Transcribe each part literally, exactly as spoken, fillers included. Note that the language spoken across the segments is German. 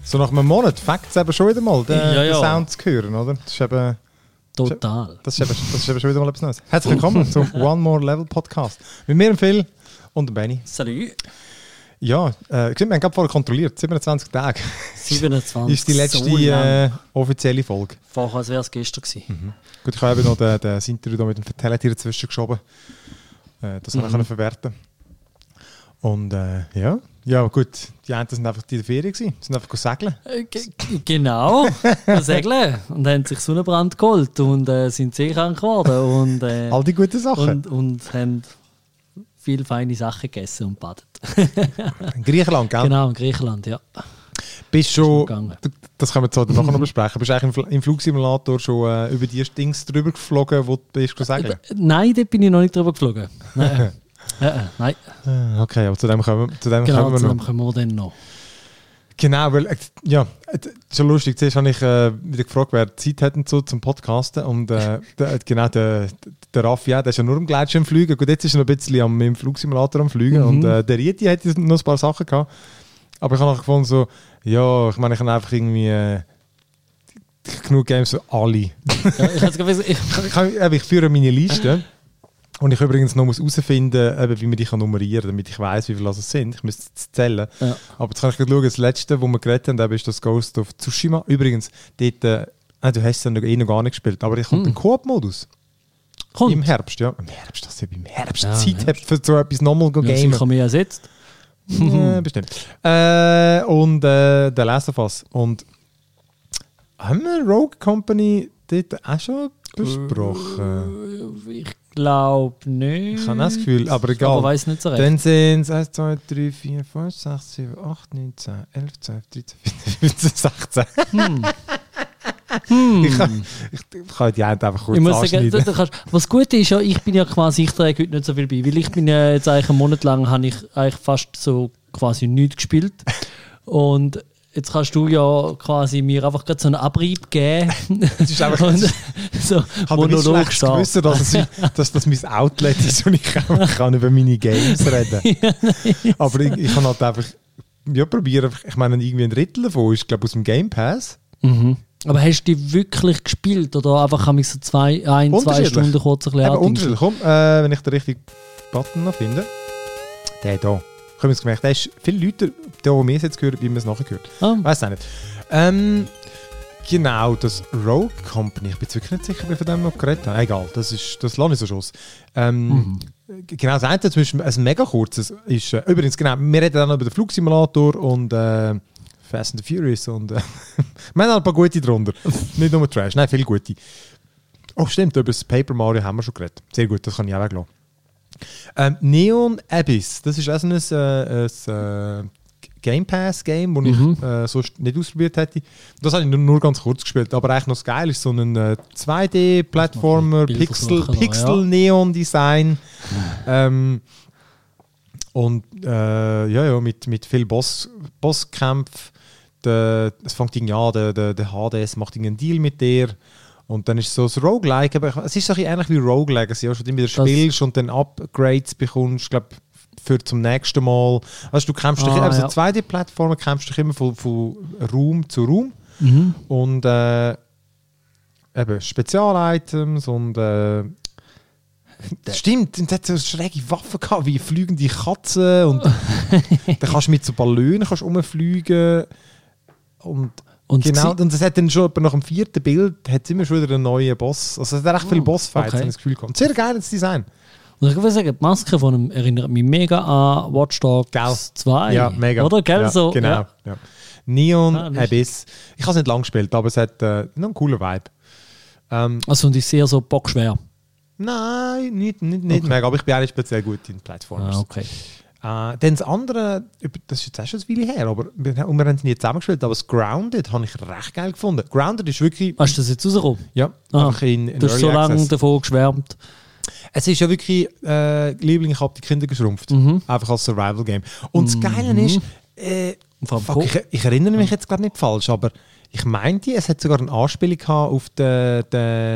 So nach einem Monat fängt es eben schon wieder mal, den, ja, ja. den Sound zu hören, oder? Das ist eben... Total. Das ist, eben, das ist eben schon wieder mal etwas Neues. Herzlich willkommen zum One More Level Podcast. Mit mir, Phil und dem Benny. Salut. Ja, äh, wir haben gerade vorher kontrolliert, siebenundzwanzig Tage. siebenundzwanzig ist die letzte so äh, offizielle Folge. Vorher, als wäre es gestern gewesen. Mhm. Gut, ich habe eben noch den, den, das Interview mit dem Vertelletier dazwischen geschoben. Äh, das mhm. kann ich verwerten. Und äh, ja. Ja, gut, die einen sind einfach in der Ferien gewesen, sind einfach segeln. Äh, g- genau, segeln. Und haben sich Sonnenbrand geholt und äh, sind seekrank geworden. Und, äh, all die guten Sachen. Und, und haben viele feine Sachen gegessen und badet. In Griechenland, gell? Genau, in Griechenland, ja. Bist schon, das können wir zwar nachher noch besprechen, bist du eigentlich im Flugsimulator schon äh, über die Dings drüber geflogen, wo du bist segeln? Äh, nein, dort bin ich noch nicht drüber geflogen. Nein. Äh, nein. Okay, aber zu dem kommen, zu dem genau, kommen wir zu noch. dem kommen wir dann noch. Genau, weil, ja, schon lustig, zuerst habe ich äh, wieder gefragt, wer Zeit hat so zum Podcasten und äh, der, genau, der, der Raffi, ja, der ist ja nur im Gleitschirm fliegen, gut, jetzt ist er noch ein bisschen am, im Flugsimulator am Fliegen mhm. und äh, der Rieti hat noch ein paar Sachen gehabt, aber ich habe gefunden so, ja, ich meine, ich habe einfach irgendwie äh, genug Games für alle. Ja, ich, ich, ich, ich, ich führe meine Liste. Und ich übrigens noch herausfinden muss, wie man die nummerieren kann, damit ich weiss, wie viele es sind. Ich müsste es zählen. Ja. Aber jetzt kann ich gerade schauen, das letzte, wo wir geredet haben, ist das Ghost of Tsushima. Übrigens, dort, äh, du hast es ja noch, eh noch gar nicht gespielt, aber da kommt hm. ein Koop-Modus. Kommt? Im Herbst, ja. Im Herbst, dass ich im Herbst ja, Zeit habe, für so etwas nochmal zu gamen. Ja, sicher mehr ersetzt. Ja, bestimmt. Äh, und äh, der Last of Us. Und haben wir Rogue Company dort auch schon besprochen? Ich glaube nicht. Ich habe das Gefühl, aber egal. Aber weiss nicht so recht. Dann sind es eins, zwei, drei, vier, fünf, sechs, sieben, acht, neun, zehn, elf, zwölf, dreizehn, vierzehn, sechzehn. Hm. hm. Ich, kann, ich, ich kann die Hände einfach kurz ich muss sagen, du, du kannst, was gut ist, ja, ich bin ja quasi, ich trage heute nicht so viel bei, weil ich bin ja jetzt eigentlich einen Monat lang, habe ich eigentlich fast so quasi nichts gespielt. Und jetzt kannst du ja quasi mir einfach gerade so einen Abrieb geben. Das ist einfach und so Monolog starten. Ich dass, dass das mein Outlet ist und ich kann, ich kann über meine Games reden. Ja, nice. Aber ich, ich kann halt einfach ja, probieren. Ich meine, irgendwie ein Drittel davon ist, glaube ich, aus dem Game Pass. Mhm. Aber hast du die wirklich gespielt oder einfach habe ich so zwei, ein, zwei Stunden kurz ein bisschen unterschiedlich. Komm, äh, wenn ich den richtigen Button noch finde. Der hier. Ich habe gemerkt, da ist viele Leute, die mir jetzt gehört, wie man es nachher gehört. Oh. Weiß auch nicht. Ähm, genau, das Rogue Company, ich bin jetzt wirklich nicht sicher, wie von dem noch geredet habe. Egal, das ist das lasse ich so Schuss. Ähm, mhm. Genau, das eine, zum Beispiel ein mega kurzes, ist, äh, übrigens, genau, wir reden dann noch über den Flugsimulator und äh, Fast and the Furious und äh, wir haben ein paar gute drunter. Nicht nur Trash, nein, viele gute. Oh, stimmt, über das Paper Mario haben wir schon geredet. Sehr gut, das kann ich auch weglassen. Ähm, Neon Abyss, das ist auch so ein, äh, ein äh, Game Pass Game, das mhm. ich äh, sonst nicht ausprobiert hätte. Das habe ich nur, nur ganz kurz gespielt, aber eigentlich noch das Geile ist so ein äh, zwei D-Plattformer, Pixel, Pixel Neon Design. Mhm. Ähm, und äh, ja, ja, mit, mit viel Boss, Bosskämpfen. Es fängt irgendwie an, der, der, der H D S macht einen Deal mit dir. Und dann ist es so ein Roguelike, aber es ist so ein bisschen ähnlich wie Rogue Legacy, also du wieder spielst und dann Upgrades bekommst, ich glaube, für zum nächsten Mal. Also du kämpfst ah, dich, also ja. zwei D-Plattformen kämpfst dich immer von, von Raum zu Raum. Mhm. Und äh, eben Spezial-Items und äh, stimmt, und es hat so schräge Waffen gehabt, wie fliegende Katzen und dann kannst du mit so Ballonen kannst rumfliegen und Und genau, und es hat dann schon nach dem vierten Bild hat immer schon wieder einen neuen Boss. Also es hat recht viele Bossfights, okay. habe ich das Gefühl gehabt. Sehr geiles Design. Und ich würde sagen, die Maske von ihm erinnert mich mega an Watch Dogs Gell. zwei. Ja, mega. Oder? Gell? Ja, so, genau. Ja. Ja. Neon ah, Abyss. Ich habe es nicht lange gespielt, aber es hat äh, noch einen coolen Vibe. Ähm, also und ist sehr so bockschwer? Nein, nicht, nicht, nicht okay. mega, aber ich bin auch nicht speziell gut in Plattforms. Ah, okay. Uh, dann das andere, das ist jetzt auch schon ein Weile her, aber wir, wir haben es nie zusammengespielt, aber das Grounded habe ich recht geil gefunden. Grounded ist wirklich... Hast du das jetzt rausgekommen? Ja, ah, einfach in, in du hast so lange davon geschwärmt. Es ist ja wirklich, äh, Liebling, ich habe die Kinder geschrumpft. Mhm. Einfach als Survival-Game. Und das Geile mhm. ist, äh, fuck, ich, ich erinnere mich jetzt gerade nicht falsch, aber ich meinte, es hat sogar eine Anspielung gehabt auf den, den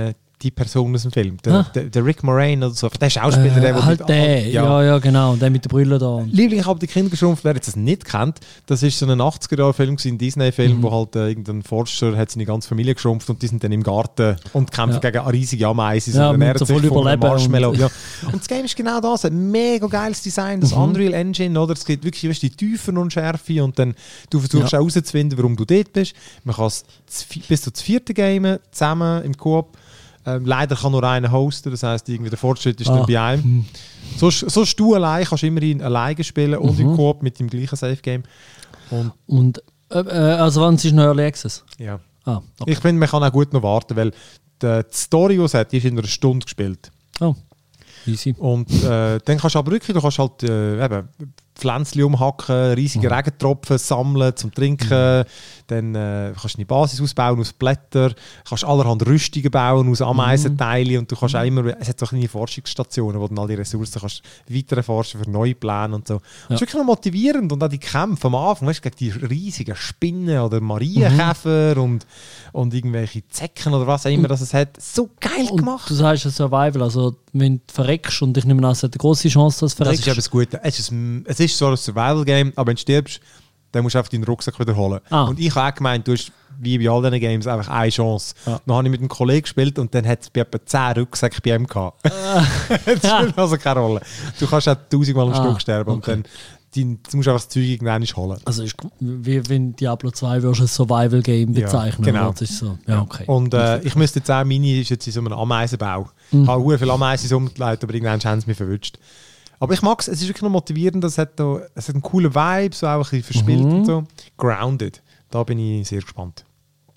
die Person aus dem Film. Der, ah. der, der Rick Moranis oder so. Der Schauspieler, äh, der... Halt der, ja. ja, ja, genau. Der mit den Brüllen da. Liebling, ich habe die Kinder geschrumpft, wer jetzt das nicht kennt. Das ist so ein achtziger-Jahre-Film, ein Disney-Film, mhm. wo halt äh, irgendein Forscher hat seine ganze Familie geschrumpft und die sind dann im Garten und kämpfen ja. gegen riesige Ameisen. Ja, und ernähren so sich voll von einem Marshmallow. Und, ja. und das Game ist genau das. Ein mega geiles Design, das mhm. Unreal Engine. Oder? Es gibt wirklich weißt, die Tiefen und Schärfe und dann du versuchst ja. herauszufinden, warum du dort bist. Man kann es bis zu das vierte Game zusammen im Coop. Ähm, leider kann nur einer hosten, das heisst, irgendwie der Fortschritt ist ah. dann bei einem. So, so du allein kannst du immerhin alleine spielen und mhm. im Coop mit dem gleichen Safe-Game. Und, und äh, also wann ist noch Early Access? Ja. Ah, okay. Ich finde, man kann auch gut noch warten, weil die, die Story, die es hat, die ist in einer Stunde gespielt. Oh, easy. Und äh, dann kannst du aber wirklich, du kannst halt äh, eben Pflänzchen umhacken, riesige mhm. Regentropfen sammeln zum Trinken. Mhm. Dann äh, kannst du eine Basis ausbauen aus Blättern, kannst allerhand Rüstungen bauen aus Ameisenteilen mhm. und du kannst auch immer, es hat so kleine Forschungsstationen, wo du all die Ressourcen kannst weiter erforschen für neue Pläne und so. Ja. Das ist wirklich noch motivierend und auch die Kämpfe am Anfang, weißt du, gegen die riesigen Spinnen oder Marienkäfer mhm. und, und irgendwelche Zecken oder was auch immer das es hat. So geil und gemacht. Du sagst ein Survival, also wenn du verreckst und ich nehme an, es hat eine grosse Chance, dass du verreckst. Das ist eben das Gute. Es ist, es ist so ein Survival-Game, aber wenn du stirbst, dann musst du einfach deinen Rucksack wieder holen. Ah. Und ich habe auch gemeint, du hast wie bei all diesen Games einfach eine Chance. Ja. Dann habe ich mit einem Kollegen gespielt und dann hat es bei etwa zehn Rucksäcke bei ihm gehabt. Das spielt also keine Rolle. Du kannst auch tausendmal am ah, Stück sterben okay. und dann die, du musst einfach das Zeug irgendwann holen. Also ist wie wenn Diablo zwei würdest ein Survival-Game bezeichnen. Ja, genau. Das ist so. Ja, okay. Und äh, ich müsste jetzt auch, meine ist jetzt in so einem Ameisenbau. Mhm. Ich habe sehr viele Ameisen umgelegt, aber irgendwann haben sie mich verwünscht. Aber ich mag es, es ist wirklich noch motivierend, es hat, noch, es hat einen coolen Vibe, so auch ein bisschen verspielt mhm. und so. Grounded, da bin ich sehr gespannt.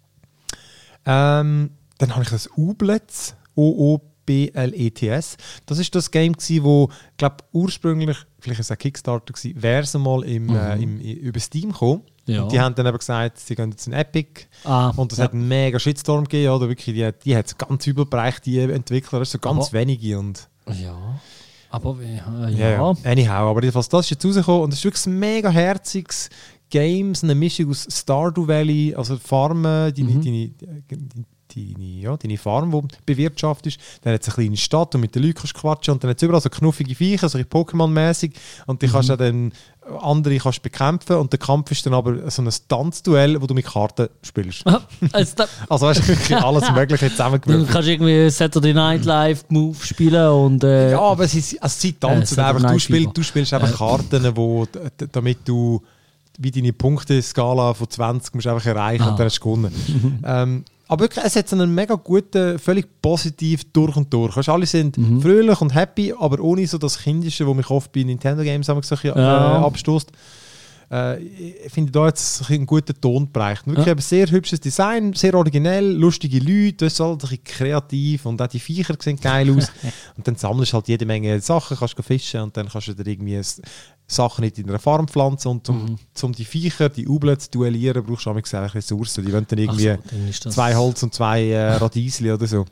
Ähm, dann habe ich das Ooblets, O O B L E T S. Das war das Game, das, ich glaube ursprünglich, vielleicht war es ein Kickstarter, wäre es mal im, mhm. äh, im, über Steam gekommen. Ja. Und die haben dann eben gesagt, sie gehen jetzt in Epic. Ah, und das ja. hat einen mega Shitstorm gegeben. Oder? Wirklich, die, die hat es ganz überbereicht, die Entwickler, das sind so ganz aber, wenige. Und ja. Aber äh, ja. ja, ja. Anyhow, aber jedenfalls das ist jetzt rausgekommen und es ist wirklich ein mega herziges Game, eine Mischung aus Stardew Valley, also Farmen, deine, mhm. deine, deine, ja, deine Farm, die bewirtschaftet ist. Dann hat es eine kleine Stadt und mit den Leuten kannst du quatschen und dann hat es überall so knuffige Viecher, so Pokémon-mäßig und die mhm. kannst du dann andere kannst bekämpfen und der Kampf ist dann aber so ein Tanzduell, wo du mit Karten spielst. Also weißt du, wirklich alles Mögliche zusammengewürfelt. Du kannst irgendwie Saturday Night Live Move spielen und... Äh, ja, aber es ist, also sie tanzen äh, einfach. Du spielst, du spielst einfach äh. Karten, wo, damit du wie deine Punkteskala von zwanzig musst du einfach erreichen ah. und dann hast du gewonnen. ähm, aber wirklich, es hat einen mega guten, völlig positiv durch und durch. Weißt, alle sind mhm. fröhlich und happy, aber ohne so das Kindische, das mich oft bei Nintendo Games haben gesagt, äh, ja. abstoßt. Äh, ich finde da jetzt einen guten Ton bereicht. Wirklich ja. ein sehr hübsches Design, sehr originell, lustige Leute, das ist alles ein bisschen kreativ und auch die Viecher sehen geil aus. Und dann sammelst du halt jede Menge Sachen, kannst du fischen und dann kannst du dir irgendwie Sachen nicht in einer Farm pflanzen und um, mhm. um die Viecher, die Ublen zu duellieren, brauchst du auch Ressourcen. Die wollen dann irgendwie so, dann zwei Holz und zwei äh, Radiesli oder so.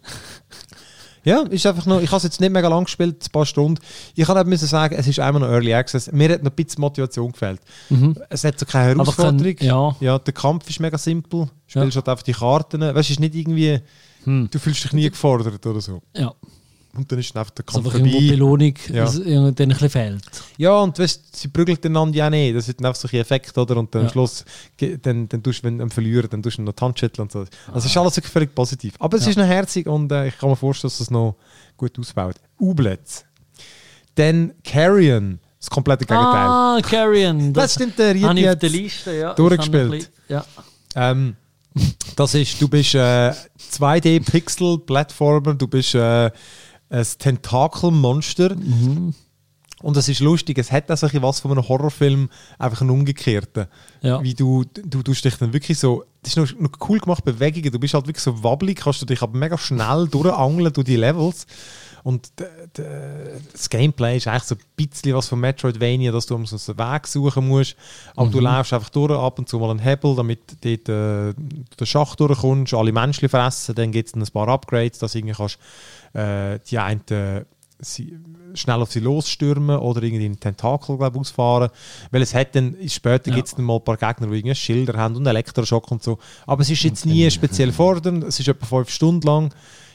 Ja, ist einfach noch, ich habe es jetzt nicht mega lang gespielt, ein paar Stunden. Ich kann auch müssen sagen, es ist einmal noch Early Access. Mir hat noch ein bisschen Motivation gefehlt. Mhm. Es hat so keine Herausforderung. Kann, ja. Ja, der Kampf ist mega simpel. Du spielst ja. halt einfach die Karten. Weißt du, es ist nicht irgendwie, hm. du fühlst dich nie gefordert oder so. Ja. Und dann ist dann einfach der Kampf also vorbei. Die Belohnung ja. also, dann ein bisschen fehlt. Ja, und weißt, sie prügeln einander ja nicht. Das ist dann einfach so ein Effekt, oder? Und dann ja. am Schluss, dann, dann tust du, wenn du am Verlieren, dann tust du noch die Hand schütteln und so. Also es ah. ist alles völlig positiv. Aber es ja. ist noch herzig und äh, ich kann mir vorstellen, dass es noch gut ausbaut. Ooblets. Dann Carrion. Das komplette Gegenteil. Ah, Carrion. Das, das stimmt, der Ried jetzt der Liste, ja. durchgespielt. Ja. Ähm, das ist, du bist äh, zwei D-Pixel-Plattformer, du bist äh, ein Tentakelmonster. Mhm. Und es ist lustig, es hat auch so was von einem Horrorfilm, einfach einen umgekehrten. Ja. Wie du, du tust dich dann wirklich so, das ist noch, noch cool gemacht, Bewegungen, du bist halt wirklich so wabbelig, kannst du dich aber mega schnell durchangeln durch die Levels. Und d- d- das Gameplay ist eigentlich so ein bisschen was von Metroidvania, dass du um so einen Weg suchen musst, aber mhm. du läufst einfach durch, ab und zu mal einen Hebel, damit du dort äh, den Schacht durchkommst, alle Menschen fressen, dann gibt es ein paar Upgrades, dass du irgendwie kannst, äh, die einen äh, sie, schnell auf sie losstürmen oder irgendwie einen Tentakel glaub, ausfahren. Weil es hat dann, später ja. gibt es dann mal ein paar Gegner, die irgendwie Schilder haben und Elektroschock und so. Aber es ist jetzt nie speziell fordernd, es ist etwa fünf Stunden lang.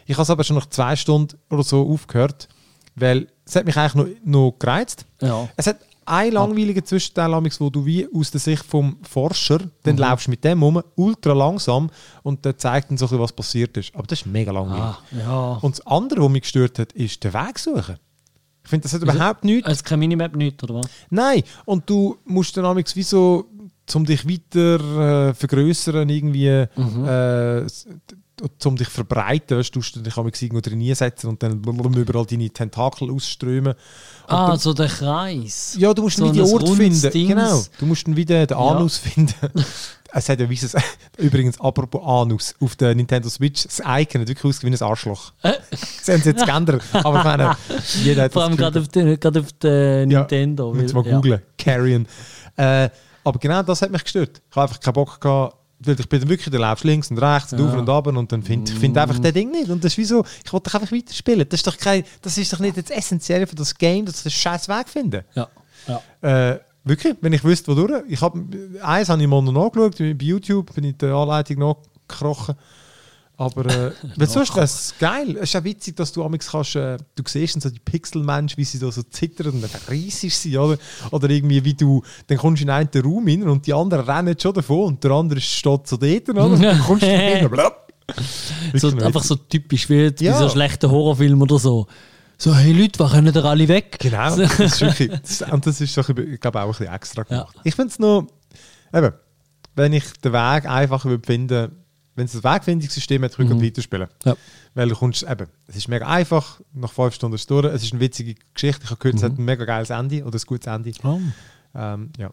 Ich habe es aber schon nach zwei Stunden oder so aufgehört, weil es hat mich eigentlich noch, noch gereizt. Ja. Es hat einen langweiligen Zwischenteil, wo du wie aus der Sicht vom Forscher, dann mhm. laufst du mit dem rum, ultra langsam und der zeigt dann so, was passiert ist. Aber das ist mega langweilig. Ah, ja. Und das andere, was mich gestört hat, ist der Weg suchen. Ich finde, das hat also, überhaupt nichts. Es ist keine Minimap nicht, oder was? Nein, und du musst dann amigs wie so, um dich weiter äh, vergrößern, irgendwie, mhm. äh, um dich verbreiten, weißt, du dich amigs irgendwo drin hinsetzen und dann überall deine Tentakel ausströmen. Und ah, du, so der Kreis. Ja, du musst so wieder den Ort finden. Dings. Genau, du musst dann wieder den Anus ja. finden. Es hat ja weiss, übrigens, apropos Anus, auf der Nintendo Switch, das Icon hat wirklich ausgesehen wie ein Arschloch. Äh? Sie haben es jetzt geändert. Aber ich meine, jeder hat vor allem gerade auf der, gerade auf der Nintendo. Ja, jetzt mal googlen. Ja. Carrion. Äh, aber genau das hat mich gestört. Ich habe einfach keinen Bock gehabt, weil ich bin wirklich, du läufst links und rechts und ja. auf und ab und dann finde ich find einfach das Ding nicht. Und das ist wie so, ich wollte einfach weiterspielen. Das ist doch kein, das ist doch nicht das Essentielle für das Game, dass ich den scheiß Weg finde. Ja. Ja. Äh, wirklich, wenn ich wüsste, wodurch. Ich habe eins habe ich mal noch nachgeschaut, bei YouTube bin ich der Anleitung nachgekrochen. Aber äh, weil sonst wäre es geil. Es ist auch witzig, dass du amigs kannst, äh, du siehst dann so die Pixelmenschen, wie sie da so zittern und dann riesig sind, oder? Oder irgendwie wie du, dann kommst du in einen Raum hin und die anderen rennen schon davon und der andere steht so dort, oder? Und dann kommst du hin und so, einfach so typisch wie ja. dieser schlechte Horrorfilm oder so. So, hey Leute, was können da alle weg? Genau, das ist wirklich, das, und das ist doch, ich glaube, auch ein bisschen extra gemacht. Ja. Ich finde es noch, eben, wenn ich den Weg einfacher würde finden, wenn es ein Wegfindungssystem hat, rück und mhm. weiterspielen. Ja. Weil du kommst, eben, es ist mega einfach, nach fünf Stunden ist es durch, es ist eine witzige Geschichte, ich habe gehört, mhm. es hat ein mega geiles Ende oder ein gutes Ende. Oh. Ähm, ja.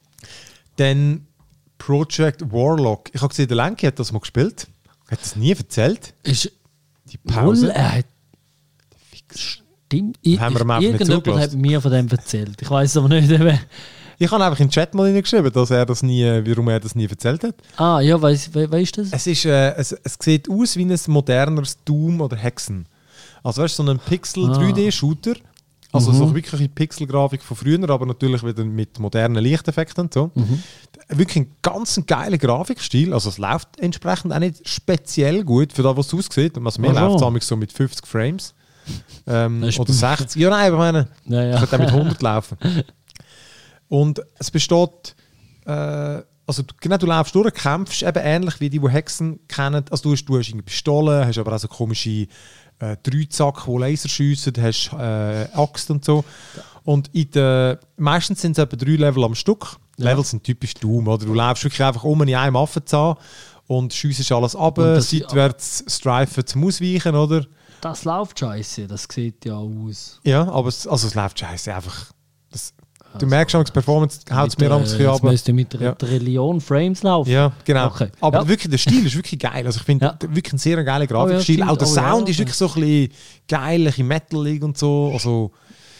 Dann Project Warlock. Ich habe gesehen, der Lenki hat das mal gespielt, hat das nie erzählt. Ist die Pause. Wohl, er hat Stimmt. Ich, haben wir ihm einfach nicht irgendjemand hat mir von dem erzählt. Ich weiß aber nicht, wer. Ich habe einfach in den Chat mal hineingeschrieben, dass er das nie, warum er das nie erzählt hat. Ah, ja, weißt du das? Es, ist, äh, es, es sieht aus wie ein moderneres Doom oder Hexen. Also weißt du, so ein Pixel-drei D-Shooter. Also mhm. so wirklich eine Pixel-Grafik von früher, aber natürlich wieder mit modernen Lichteffekten und so. Mhm. Wirklich ein ganz geiler Grafikstil. Also es läuft entsprechend auch nicht speziell gut für das, was es aussieht. Also mir läuft es so mit fünfzig Frames. Ähm, oder sechzig. Ja, nein, ich meine, ja, ja. ich könnte auch mit hundert laufen. Und es besteht, äh, also genau, du läufst durch, kämpfst eben ähnlich wie die, die Hexen kennen. Also du hast, du hast Pistolen, hast aber auch so komische äh, Dreizack, die Laser schiessen, hast äh, Axt und so. Und in der, meistens sind es etwa drei Level am Stück. Ja. Levels sind typisch Doom, oder? Du läufst wirklich einfach um in einem Affenzahn und schiessest alles ab, seitwärts strifen zum Ausweichen, oder? Das läuft scheiße, das sieht ja aus. Ja, aber es, also es läuft scheiße einfach. Das, du also, merkst schon, die Performance haut es mir am Trio ab. Es müsste mit einer ja. Trillion Frames laufen. Ja, genau. Okay. Aber ja. wirklich, der Stil ist wirklich geil. Also ich finde ja. wirklich ein sehr geiler Grafikstil. Oh ja, auch der oh Sound ja. ist wirklich so ein bisschen geil, ein bisschen metalig und so. Also,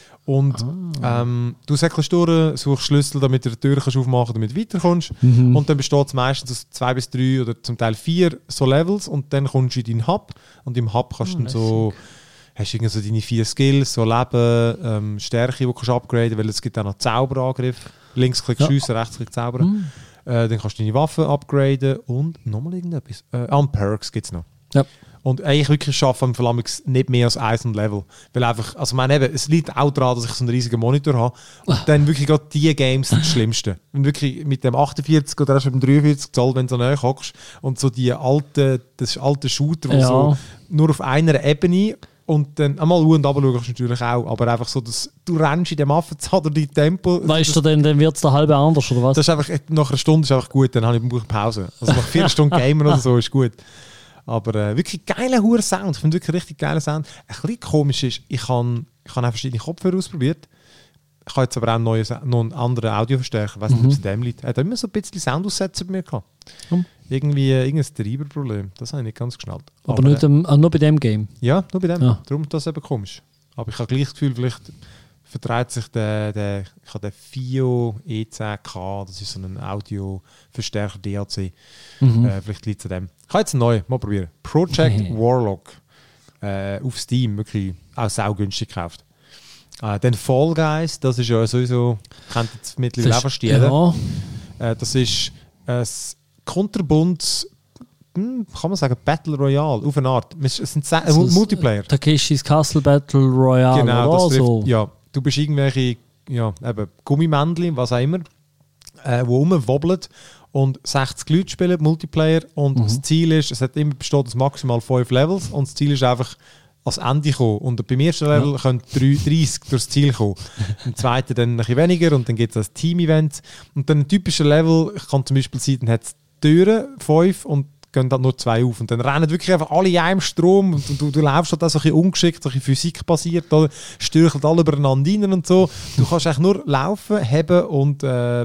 und ah. ähm, du säckelst durch, suchst Schlüssel, damit du die Tür kannst aufmachen kannst, damit du weiterkommst. Mhm. Und dann besteht es meistens aus zwei bis drei oder zum Teil vier so Levels und dann kommst du in deinen Hub und im Hub kannst du oh, dann so, hast du so deine vier Skills, so Leben, ähm, Stärke, die du kannst upgraden, weil es gibt auch noch Zauberangriff. Linksklick ja. schiessen, Rechtsklick zaubern. Mhm. Äh, dann kannst du deine Waffen upgraden und nochmal irgendetwas. Äh, an Perks gibt es noch. Ja. Und eigentlich wirklich schaffen wir nicht mehr als eins Level. Weil einfach, also ich meine eben, es liegt auch daran, dass ich so einen riesigen Monitor habe. Und dann wirklich gerade die Games sind das Schlimmste. Und wirklich mit dem achtundvierzig oder erst mit dem dreiundvierzig Zoll, wenn du so nahe hockst und so die alte, das alte Shooter, ja. so nur auf einer Ebene und dann einmal U und runter schauen kannst du natürlich auch, aber einfach so, dass du rennst in dem Affenzahn oder dein Tempo. Weißt du denn, dann wird es der halbe anders, oder was? Das ist einfach, nach einer Stunde ist einfach gut, dann habe ich eine Pause. Also nach vier Stunden Gamen oder so ist gut. Aber äh, wirklich geiler hoher Sound. Ich finde wirklich richtig geiler Sound. Ein bisschen komisch ist, ich habe ich hab auch verschiedene Kopfhörer ausprobiert. Ich habe jetzt aber auch einen, neuen, noch einen anderen Audioverstärker. Ich weiß nicht, mhm. ob es dem liegt. Er hat immer so ein bisschen Soundaussetzer bei mir gehabt. Mhm. Irgendwie äh, irgendein Treiberproblem. Das habe ich nicht ganz geschnallt. Aber, aber nicht, äh, nur bei dem Game? Ja, nur bei dem. Ja. Darum ist das eben komisch. Aber ich habe gleich das Gefühl, vielleicht vertreibt sich der, der, ich habe den Fio E zehn K, das ist so ein Audioverstärker D A C. Mhm. Äh, vielleicht liegt es an dem. Ich habe jetzt einen neuen, mal probieren. Project Warlock äh, auf Steam, wirklich auch saugünstig gekauft. Äh, dann Fall Guys, das ist ja sowieso, kennt jetzt mittlerweile fast jeder. Ja. Äh, das ist ein Konterbunds hm, kann man sagen, Battle Royale, auf eine Art. Es sind Se- also, Multiplayer. Takeshis Castle Battle Royale, genau, oder das trifft, so. Ja, du bist irgendwelche ja, eben Gummimännchen, was auch immer, äh, die rumwobbeln und sechzig Leute spielen, Multiplayer. Und mhm. das Ziel ist, es hat immer besteht aus maximal fünf Levels und das Ziel ist einfach, ans Ende kommen. Und beim ersten Level ja. können dreißig durchs Ziel kommen. Im zweiten dann ein bisschen weniger und dann gibt es ein Team-Event. Und dann ein typischer Level kann zum Beispiel sein, dann hat es Türen, fünf und gehen dann nur zwei auf. Und dann rennen wirklich einfach alle in einem Strom und du, du läufst halt auch so ein bisschen ungeschickt, so ein bisschen physikbasiert, oder? Stürchelt alle übereinander rein und so. Du kannst eigentlich nur laufen, heben und äh,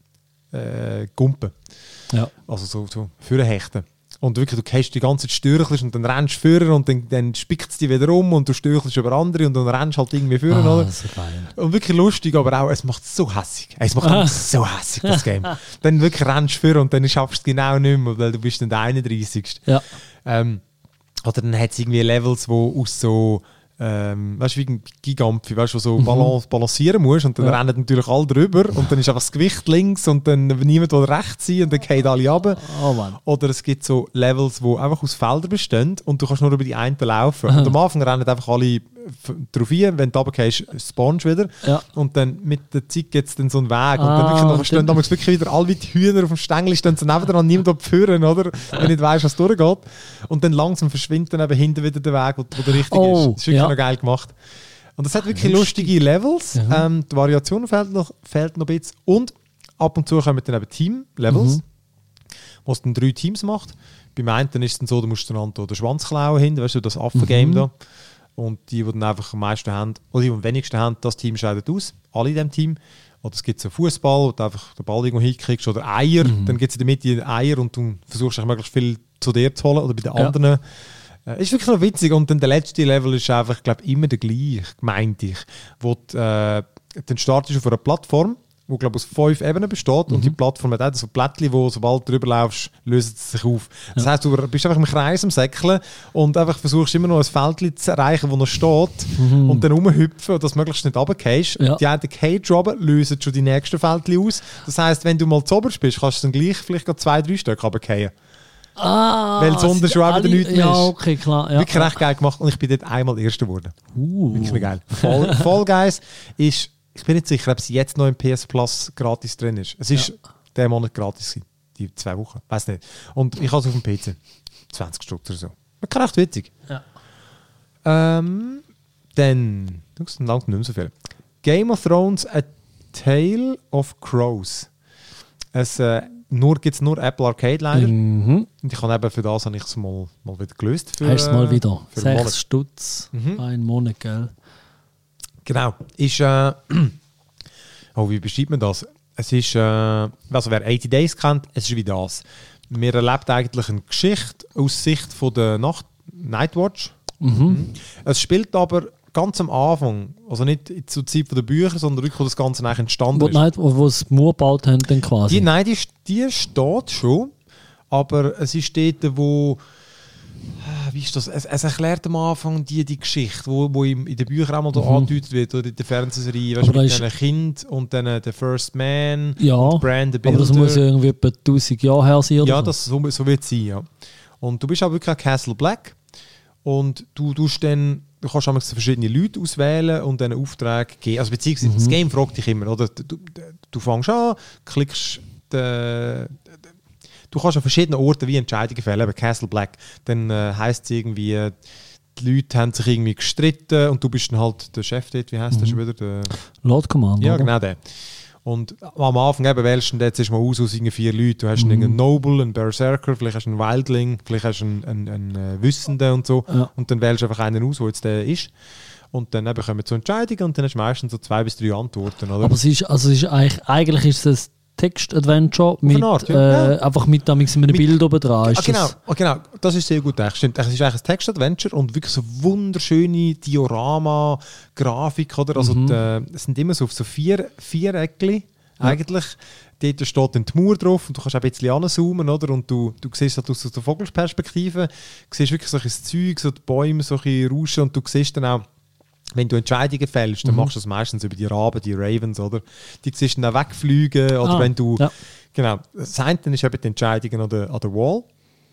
äh, gumpen. Ja. Also so, so für hechten. Und wirklich, du gehst die ganze Zeit stürchelst und dann rennst du führen und dann, dann spickt es dich wieder um und du stürchelst über andere und dann rennst halt irgendwie führen, ah, oder? So geil. Und wirklich lustig, aber auch, es macht so hässig. Es macht ah. so hässig, das Game. Dann wirklich rennst du führen und dann schaffst du es genau nicht mehr, weil du bist dann der einunddreißigste Ja. Ähm, oder dann hat es irgendwie Levels, wo aus so Ähm, weißt du, wie ein Gigampfi, weißt du, wo so mhm. balance, balancieren musst und dann ja. rennen natürlich alle drüber und dann ist einfach das Gewicht links und dann niemand will rechts sein und dann fallen alle runter. Oh Mann. Oder es gibt so Levels, die einfach aus Feldern bestehen und du kannst nur über die einen laufen. Und am Anfang rennen einfach alle drauf hin, wenn du runtergehst, spawnst du wieder. Ja. Und dann mit der Zeit gibt es dann so einen Weg. Ah, und dann wirklich noch, stehen damals wirklich wieder alle wie die Hühner auf dem Stängel, stehen so nebendran, niemand führen, oder? Wenn du nicht weißt, was durchgeht. Und dann langsam verschwindet dann eben hinten wieder der Weg, wo, wo der richtige oh, ist. Das ist wirklich ja. noch geil gemacht. Und das hat wirklich Lustig. lustige Levels. Mhm. Ähm, die Variation fehlt noch, fehlt noch ein bisschen. Und ab und zu kommen dann eben Team-Levels, mhm. wo es dann drei Teams macht. Beim einen ist es dann so, du musst dann den Schwanz klauen hinten, weißt du, das Affen-Game mhm. da. Und die, die dann einfach am meisten haben, oder die, die am wenigsten haben, das Team scheidet aus. Alle in diesem Team. Oder es gibt so Fußball, wo du einfach den Ball irgendwo hinkriegst. Oder Eier. Mhm. Dann gibt es in der Mitte Eier und du versuchst auch möglichst viel zu dir zu holen. Oder bei den ja. anderen. Äh, ist wirklich noch witzig. Und dann der letzte Level ist einfach, ich glaube, immer der gleiche, meinte ich. Wo du, äh, dann startest du auf einer Plattform, die glaube aus fünf Ebenen besteht. Mhm. Und die Plattform hat auch so Plättchen, wo sobald du drüber laufst, lösen sie sich auf. Das ja. heisst, du bist einfach im Kreis am Säckeln und einfach versuchst immer noch ein Feld zu erreichen, wo noch steht mhm. und dann rumhüpfen und das möglichst nicht runtergehst. Ja. Die einen Cage-Robber lösen schon die nächsten Feldchen aus. Das heisst, wenn du mal zu oberst bist, kannst du dann gleich vielleicht gerade zwei, drei Stück runterfallen. Ah, weil sonst schon auch wieder nichts mehr ja, ist. Okay, klar. Ja. Wirklich recht geil gemacht und ich bin dort einmal Erster geworden. Uh. Wirklich geil. Fall, Fall Guys ist, ich bin nicht sicher, ob es jetzt noch im P S Plus gratis drin ist. Es ist ja. der Monat gratis gewesen, die zwei Wochen, weiß nicht. Und ich habe es auf dem P C, zwanzig Stück oder so. War recht witzig. Ja. Ähm, dann, du hast langsam nicht mehr so viel. Game of Thrones, A Tale of Crows. Es äh, nur, gibt es nur Apple Arcade leider. Mhm. Und ich habe eben für das habe ich es mal, mal wieder gelöst. Für, Hast du es mal wieder? Für Sechs Stutz, mhm. ein Monat, gell? Genau. Ist, äh, oh, wie beschreibt man das? Es ist, äh, also wer achtzig Days kennt, es ist wie das. Wir erlebt eigentlich eine Geschichte aus Sicht von der Nacht Nightwatch. Mhm. Mhm. Es spielt aber ganz am Anfang, also nicht zur Zeit der Bücher, sondern wirklich, wo das Ganze eigentlich entstanden wo ist. Night, wo sie es Mauer gebaut haben, dann quasi? Die, nein, die, die steht schon, aber es ist dort, wo wie ist das? Es, es erklärt am Anfang die, die Geschichte, wo, wo in, in den Büchern auch mal mhm. angedeutet wird, oder in der Fernsehserie, weißt du, mit einem Kind und dann uh, The First Man ja, und Bran the Builder. Aber das muss ja irgendwie etwa tausend Jahre her sein, oder ja, so? das, so, so wird es sein, ja. Und du bist auch wirklich Castle Black und du tust dann, du kannst auch verschiedene Leute auswählen und dann Aufträge geben. Also beziehungsweise mhm. das Game fragt dich immer, oder? Du, du, du fängst an, klickst den, du kannst an verschiedenen Orten wie Entscheidungen fällen, eben Castle Black. Dann äh, heisst es irgendwie, die Leute haben sich irgendwie gestritten und du bist dann halt der Chef dort, wie heisst mhm. der schon wieder? Der Lord Commander. Ja, genau der. Und am Anfang eben wählst du jetzt erstmal aus aus vier Leuten. Du hast mhm. einen Noble, einen Berserker, vielleicht hast du einen Wildling, vielleicht hast du einen, einen, einen, einen Wissenden und so. Ja. Und dann wählst du einfach einen aus, der jetzt der ist. Und dann eben kommen wir zur Entscheidung und dann hast du meistens so zwei bis drei Antworten. Oder? Aber es ist, also es ist eigentlich, eigentlich ist es Text-Adventure mit, Art, ja. äh, ja. einfach mit, mit einem mit, Bild oben dran. Ah, genau, ah, genau, das ist sehr gut gedacht. Stimmt. Es ist eigentlich ein Text-Adventure und wirklich so wunderschöne Diorama-Grafik. Oder? Also mhm. die, es sind immer so, so vier Viereckchen ja. eigentlich. Dort steht dann die Mauer drauf und du kannst auch ein bisschen anzoomen, oder? Und du, du siehst halt aus der Vogelsperspektive, du siehst wirklich so ein Zeug, so die Bäume, so ein rauschen und du siehst dann auch, wenn du Entscheidungen fällst, dann mhm. machst du das meistens über die Raben, die Ravens, oder? Die siehst dann auch wegfliegen, oder ah, wenn du... Ja. Genau. Das eine ist eben die Entscheidungen an der, an der Wall.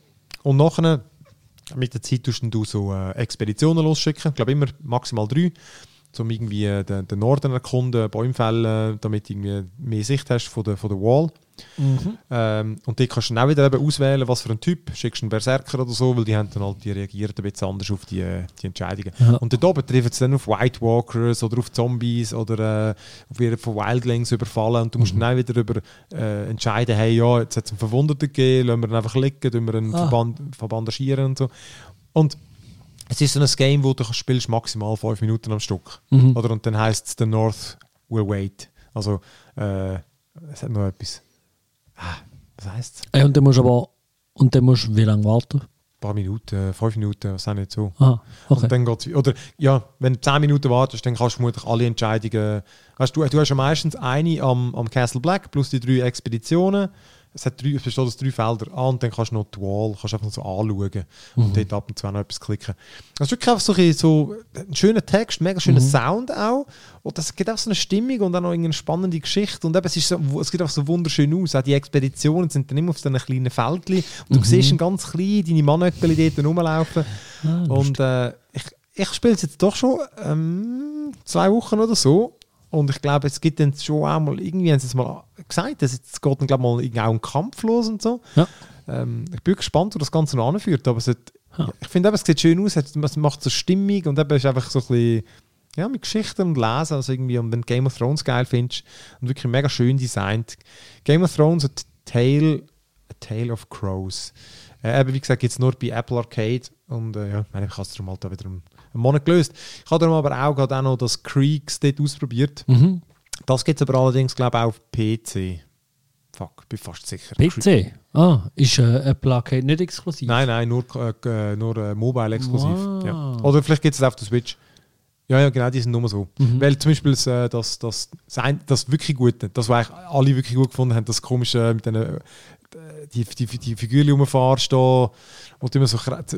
und nachher mit der Zeit tust du so äh, Expeditionen losschicken. Ich glaube immer maximal drei, um irgendwie äh, den, den Norden erkunden, Bäume fällen, damit du irgendwie mehr Sicht hast von der, von der Wall. Mhm. Ähm, und die kannst du dann auch wieder eben auswählen, was für ein Typ. Schickst du einen Berserker oder so, weil die haben dann halt, die reagieren ein bisschen anders auf die, die Entscheidungen. Ja. Und dort oben treffen sie dann auf White Walkers oder auf Zombies oder äh, auf ihre von Wildlings überfallen und du musst mhm. dann auch wieder über, äh, entscheiden, hey, ja, jetzt hat es einen Verwundeten gegeben, lassen wir ihn einfach liegen, tun wir einen ah. Verband, verbandagieren und so. Und es ist so ein Game, wo du spielst maximal fünf Minuten am Stück. Mhm. Oder? Und dann heisst es, the North will wait. Also, äh, es hat noch etwas. Ah, was heisst es? Hey, und dann musst du aber, und dann musst du wie lange warten? Ein paar Minuten, fünf Minuten, was auch nicht so. Ah, okay. Und dann geht's, oder ja, wenn du zehn Minuten wartest, dann kannst du vermutlich alle Entscheidungen. Weißt, du, du hast ja meistens eine am, am Castle Black plus die drei Expeditionen. Es, hat drei, es besteht aus drei Feldern an und dann kannst du noch die Wall kannst einfach so anschauen und mhm. dort ab und zu noch etwas klicken. Das ist wirklich einfach so ein, so ein schöner Text, mega schöner mhm. Sound auch. Und das gibt auch so eine Stimmung und dann noch eine spannende Geschichte. Und eben, es, ist so, es sieht auch so wunderschön aus. Auch die Expeditionen sind dann immer auf so einem kleinen Feldchen. Und du mhm. siehst ihn ganz klein, deine Mannöckeli dort rumlaufen. Ah, und äh, ich, ich spiele es jetzt doch schon ähm, zwei Wochen oder so. Und ich glaube, es gibt dann schon auch mal, irgendwie haben sie es mal gesagt, es geht dann glaube mal irgendwie auch ein Kampf los und so. Ja. Ähm, ich bin gespannt, wo das Ganze noch anführt. Aber es hat, ja. ich finde, es sieht schön aus, es macht so Stimmung und eben ist einfach so ein bisschen ja, mit Geschichten und Lesen. Also irgendwie, und wenn du Game of Thrones geil findest und wirklich mega schön designt. Game of Thrones, A Tale, A Tale of Crows. Äh, eben, wie gesagt, gibt es nur bei Apple Arcade. Und äh, ja, ich meine, ich habe es darum halt auch wieder einen Monat gelöst. Ich habe darum aber auch gerade auch noch das Creeks dort ausprobiert. Mhm. Das gibt es aber allerdings, glaube ich, auch auf P C. Fuck, bin fast sicher. P C? Ah, ist äh, Apple Arcade nicht exklusiv? Nein, nein, nur, äh, nur äh, mobile exklusiv. Wow. Ja. Oder vielleicht gibt es es auf der Switch. Ja, ja, genau, die sind nur so. Mhm. Weil zum Beispiel äh, das, das, das, das wirklich Gute, das, was alle wirklich gut gefunden haben, das komische mit den die, die, die Figuren rumfahrst da und immer so äh.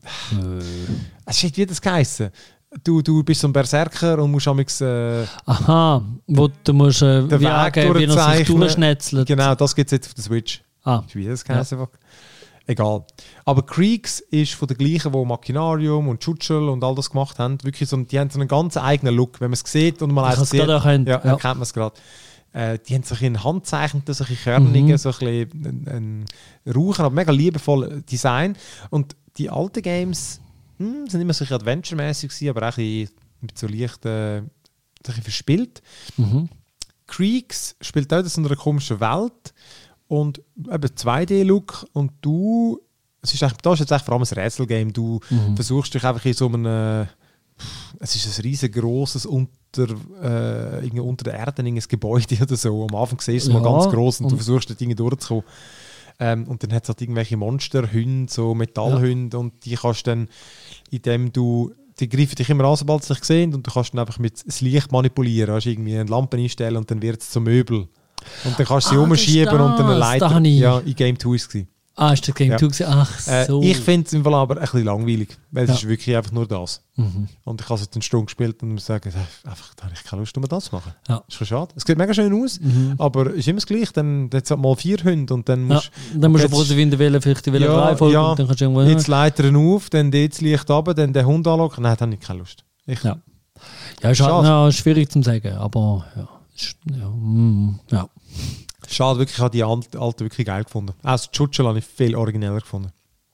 Es ist wie das geheissen. Du, du bist so ein Berserker und musst amigs äh, aha, wo du musst äh, den Weg wie er sich durchschnetzelt. Genau, das gibt es jetzt auf der Switch. Ah. Wie das geheissen? Ja. Egal. Aber Creeks ist von den gleichen, die Machinarium und Chutschel und all das gemacht haben. Wirklich so, die haben so einen ganz eigenen Look. Wenn man es sieht und man es sieht, ja, ja. erkennt man es gerade. Äh, die haben so ein Handzeichen, so ein körnige, mhm. so ein bisschen ein, ein Rauchen, aber mega liebevoll Design. Und die alten Games hm, sind immer so ein bisschen adventure-mäßig gewesen, aber auch ein bisschen mit so leicht äh, ein bisschen verspielt. Mhm. Creeks spielt auch in so einer komischen Welt und eben zwei D-Look und du, es ist eigentlich, da ist jetzt eigentlich vor allem ein Rätselgame. Du mhm. versuchst dich einfach in so einem, es ist ein riesengroßes unter, äh, irgendwie unter der Erde ein Gebäude oder so. Am Anfang siehst du es ja, mal ganz gross und, und du versuchst da Dinge durchzukommen. Ähm, und dann hat es halt irgendwelche Monsterhunde, so Metallhunde, ja. und die kannst dann, indem du, die greifen dich immer an, sobald sie dich sehen, und du kannst dann einfach mit das Licht manipulieren, hast irgendwie eine Lampe einstellen und dann wird es zum Möbel. Und dann kannst du sie ah, umschieben und dann eine Leiter. Ja, in Game zwei war. Ah, ist das Game ja. zwei? Ach so. Äh, ich finde es im Fall aber ein bisschen langweilig, weil ja. es ist wirklich einfach nur das. Mhm. Und ich habe es jetzt eine Stunde gespielt und muss sagen, einfach, da habe ich keine Lust, um das zu machen. Ja. Das ist schon schade. Es sieht mega schön aus, mhm. aber es ist immer das Gleiche. Dann hat es mal vier Hunde und dann musst ja. dann musst du herausfinden, welche vielleicht die welche ja, Reihenfolge ja. und dann kannst du irgendwo jetzt Leitern auf, dann dort das Licht runter, dann den Hund anschauen. Nein, dann habe ich keine Lust. Ich, ja. Ja, ist halt, ja, schwierig zu sagen, aber ja. Ist, ja. Mm, ja. Schade, wirklich, ich habe die Alte wirklich geil gefunden. Also Chutschel habe ich viel origineller gefunden.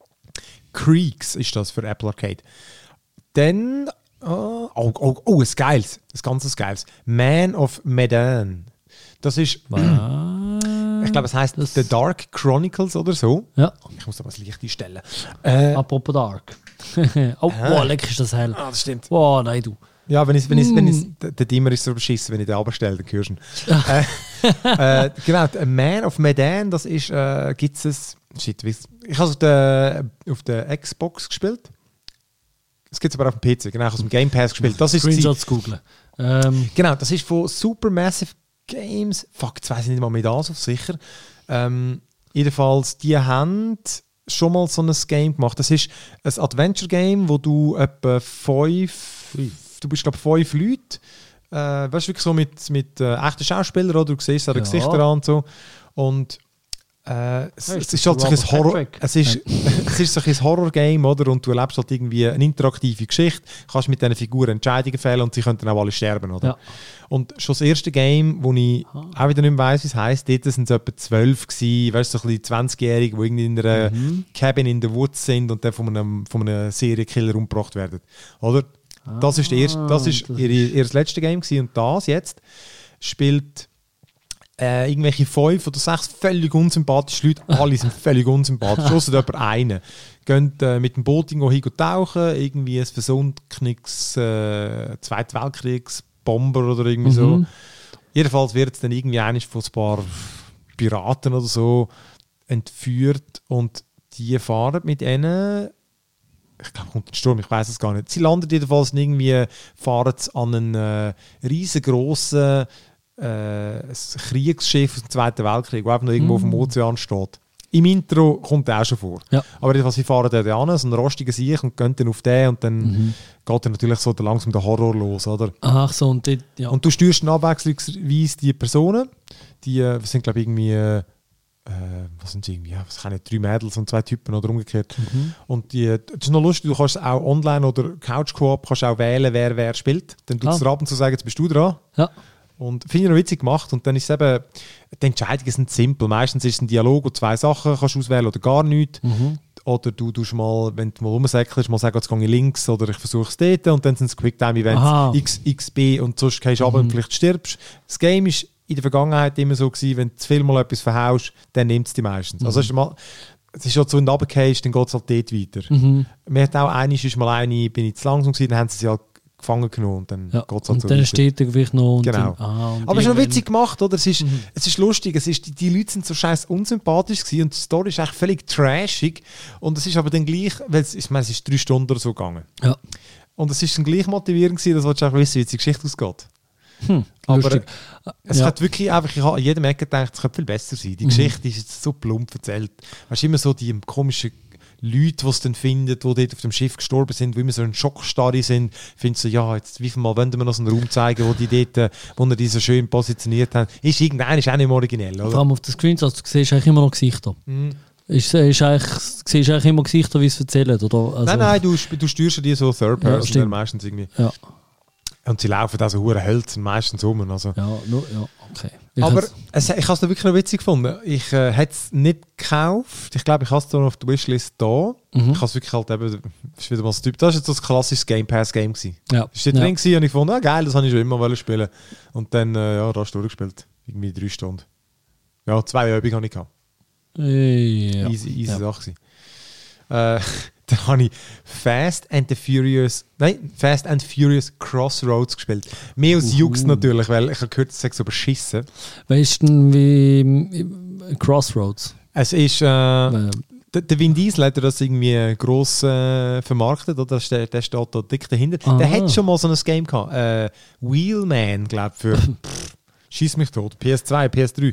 Creeks ist das für Apple Arcade. Dann, oh, oh, oh, oh ein geiles, ein ganzes geiles. Man of Medan. Das ist, Was? ich glaube, es heisst das The Dark Chronicles oder so. Ja. Ich muss aber das Licht einstellen. Äh, Apropos Dark. oh, wow, lecker ist das hell. Ah, das stimmt. Wow, nein, du. Ja, wenn ich, wenn ich, wenn ich, der Dimmer ist so beschissen, wenn ich den abstelle, dann hörst du ihn. äh, äh, genau, A Man of Medan, das ist, äh, gibt es, shit, ich habe es auf der, auf der Xbox gespielt. Es gibt es aber auf dem P C, genau, aus dem Game Pass gespielt. Das ist Screenshots googeln. Ähm. Genau, das ist von Supermassive Games. Fuck, jetzt weiss ich nicht mal mit das auf sicher. Ähm, jedenfalls, die haben schon mal so ein Game gemacht. Das ist ein Adventure-Game, wo du etwa fünf... Du bist, glaube ich, fünf Leute. Äh, weißt du, wirklich so mit, mit äh, echten Schauspielern, oder? Du siehst auch die ja. Gesichter an und so. Und Äh, es, ja, es ist halt so ein Horror, es ist, es ist so ein Horror-Game, oder? Und du erlebst halt irgendwie eine interaktive Geschichte, kannst mit diesen Figuren Entscheidungen fällen und sie können dann auch alle sterben, oder? Ja. Und schon das erste Game, wo ich ah. auch wieder nicht mehr weiss, wie es heisst, dort waren es etwa zwölf gewesen, weißt du, so ein bisschen zwanzigjährige, die irgendwie in einer mhm. Cabin in the Woods sind und dann von einem, von einem Serienkiller umgebracht werden, oder? Ah, das ist, erste, das ist das ihr, ihr letzte Game gewesen. Und das jetzt spielt Äh, irgendwelche fünf oder sechs völlig unsympathische Leute, alle sind völlig unsympathisch, ausser jemand einen. Gehen äh, mit dem Boot hin tauchen, irgendwie ein versunkenes äh, Zweiten Weltkriegsbomber oder irgendwie mhm. so. Jedenfalls wird es dann irgendwie eines von ein paar Piraten oder so entführt und die fahren mit ihnen. Ich glaube, kommt ein Sturm, ich weiß es gar nicht. Sie landen jedenfalls irgendwie, fahren an einen äh, riesengroßen Äh, ein Kriegsschiff aus dem Zweiten Weltkrieg, das einfach noch irgendwo mm. auf dem Ozean steht. Im Intro kommt der auch schon vor. Ja. Aber jedenfalls, sie fahren dort an, so einen rostigen Sieg und gehen dann auf den und dann mhm. geht dann natürlich so langsam der Horror los, oder? Ach so, und, die, ja. und du steuerst dann abwechslungsweise die Personen, die äh, sind glaube ich irgendwie, äh, was sind sie irgendwie, ja, was kann ich, drei Mädels und zwei Typen oder umgekehrt. Mhm. Und die, das ist noch lustig, du kannst auch online oder Couch-Coop kannst auch wählen, wer wer spielt. Dann tut es ah. ab und zu sagen, jetzt bist du dran. Ja. Und finde ich noch witzig gemacht. Und dann ist es eben, die Entscheidungen sind simpel. Meistens ist es ein Dialog und zwei Sachen kannst du auswählen oder gar nichts. Mhm. Oder du tust mal, wenn du mal rumsäckelst, mal sagen, jetzt gehe ich links oder ich versuche es dort. Und dann sind es Quicktime-Events X, X, B und sonst gehst du mhm. ab und vielleicht stirbst. Das Game ist in der Vergangenheit immer so gewesen, wenn du zu viel mal etwas verhaust, dann nimmt es die meistens. Mhm. Also ist mal, es ist schon so, wenn du runtergehst, dann geht es halt dort weiter. Mhm. Mir hat auch einiges, ist mal eine, bin ich zu langsam gewesen, dann haben sie sie halt gefangen genommen und dann ja, geht es halt und so dann weiter. Steht er vielleicht noch. Und genau. Dann, ah, und aber es ist noch witzig gemacht, oder? Es ist, mhm. es ist lustig, es ist, die, die Leute sind so scheiß unsympathisch gewesen und die Story ist eigentlich völlig trashig und es ist aber dann gleich, weil es, ich meine, es ist drei Stunden oder so gegangen. Ja. Und es ist dann gleich motivierend gewesen, dass du auch wissen, wie die Geschichte ausgeht. Hm, aber äh, es ja. hat wirklich einfach, ich habe an jedem Ecke gedacht, es könnte viel besser sein. Die mhm. Geschichte ist jetzt so plump erzählt. Weißt du, immer so die komischen Leute, die es dann finden, die dort auf dem Schiff gestorben sind, die immer so in Schockstarre sind, findest du, ja, jetzt wie viel Mal wollen wir noch so einen Raum zeigen, wo die dort, wo die so schön positioniert haben. Ist irgendein ist auch nicht mehr originell, oder? Vor allem auf den Screens, also du siehst eigentlich immer noch Gesichter. Mhm. Ist, ist eigentlich, siehst eigentlich immer Gesichter, wie es erzählen, oder? Also, nein, nein, du, du steuerst die so Third Person, ja, meistens irgendwie. Ja. Und sie laufen da so hure Hölzer meistens um. Also. Ja, no, ja, okay. Ich aber es, ich habe es wirklich noch witzig gefunden. Ich äh, hätte es nicht gekauft. Ich glaube, ich habe es da auf der Wishlist da. Mhm. Ich habe es wirklich halt eben, das ist wieder mal das Typ. Das war jetzt so ein klassisches Game Pass Game gewesen. Ja. Ich war da drin ja. und ich fand, ah, geil, das habe ich schon immer wollen spielen. Und dann, äh, ja, da hast du durchgespielt. Irgendwie drei Stunden. Ja, zwei Übungen habe ich gehabt. Ja. Easy, easy ja. Sache. Äh, dann habe ich Fast and the Furious, nein, Fast and Furious Crossroads gespielt. Mehr als Jux natürlich, weil ich habe gehört, es sei so beschissen. Weißt du, wie Crossroads? Es ist, äh, äh. der, der Vin Diesel hat das irgendwie gross äh, vermarktet, oder? Der, der steht da dick dahinter. Ah. Der hat schon mal so ein Game gehabt, äh, Wheelman, glaube ich, für schieß mich tot, P S zwei, P S drei.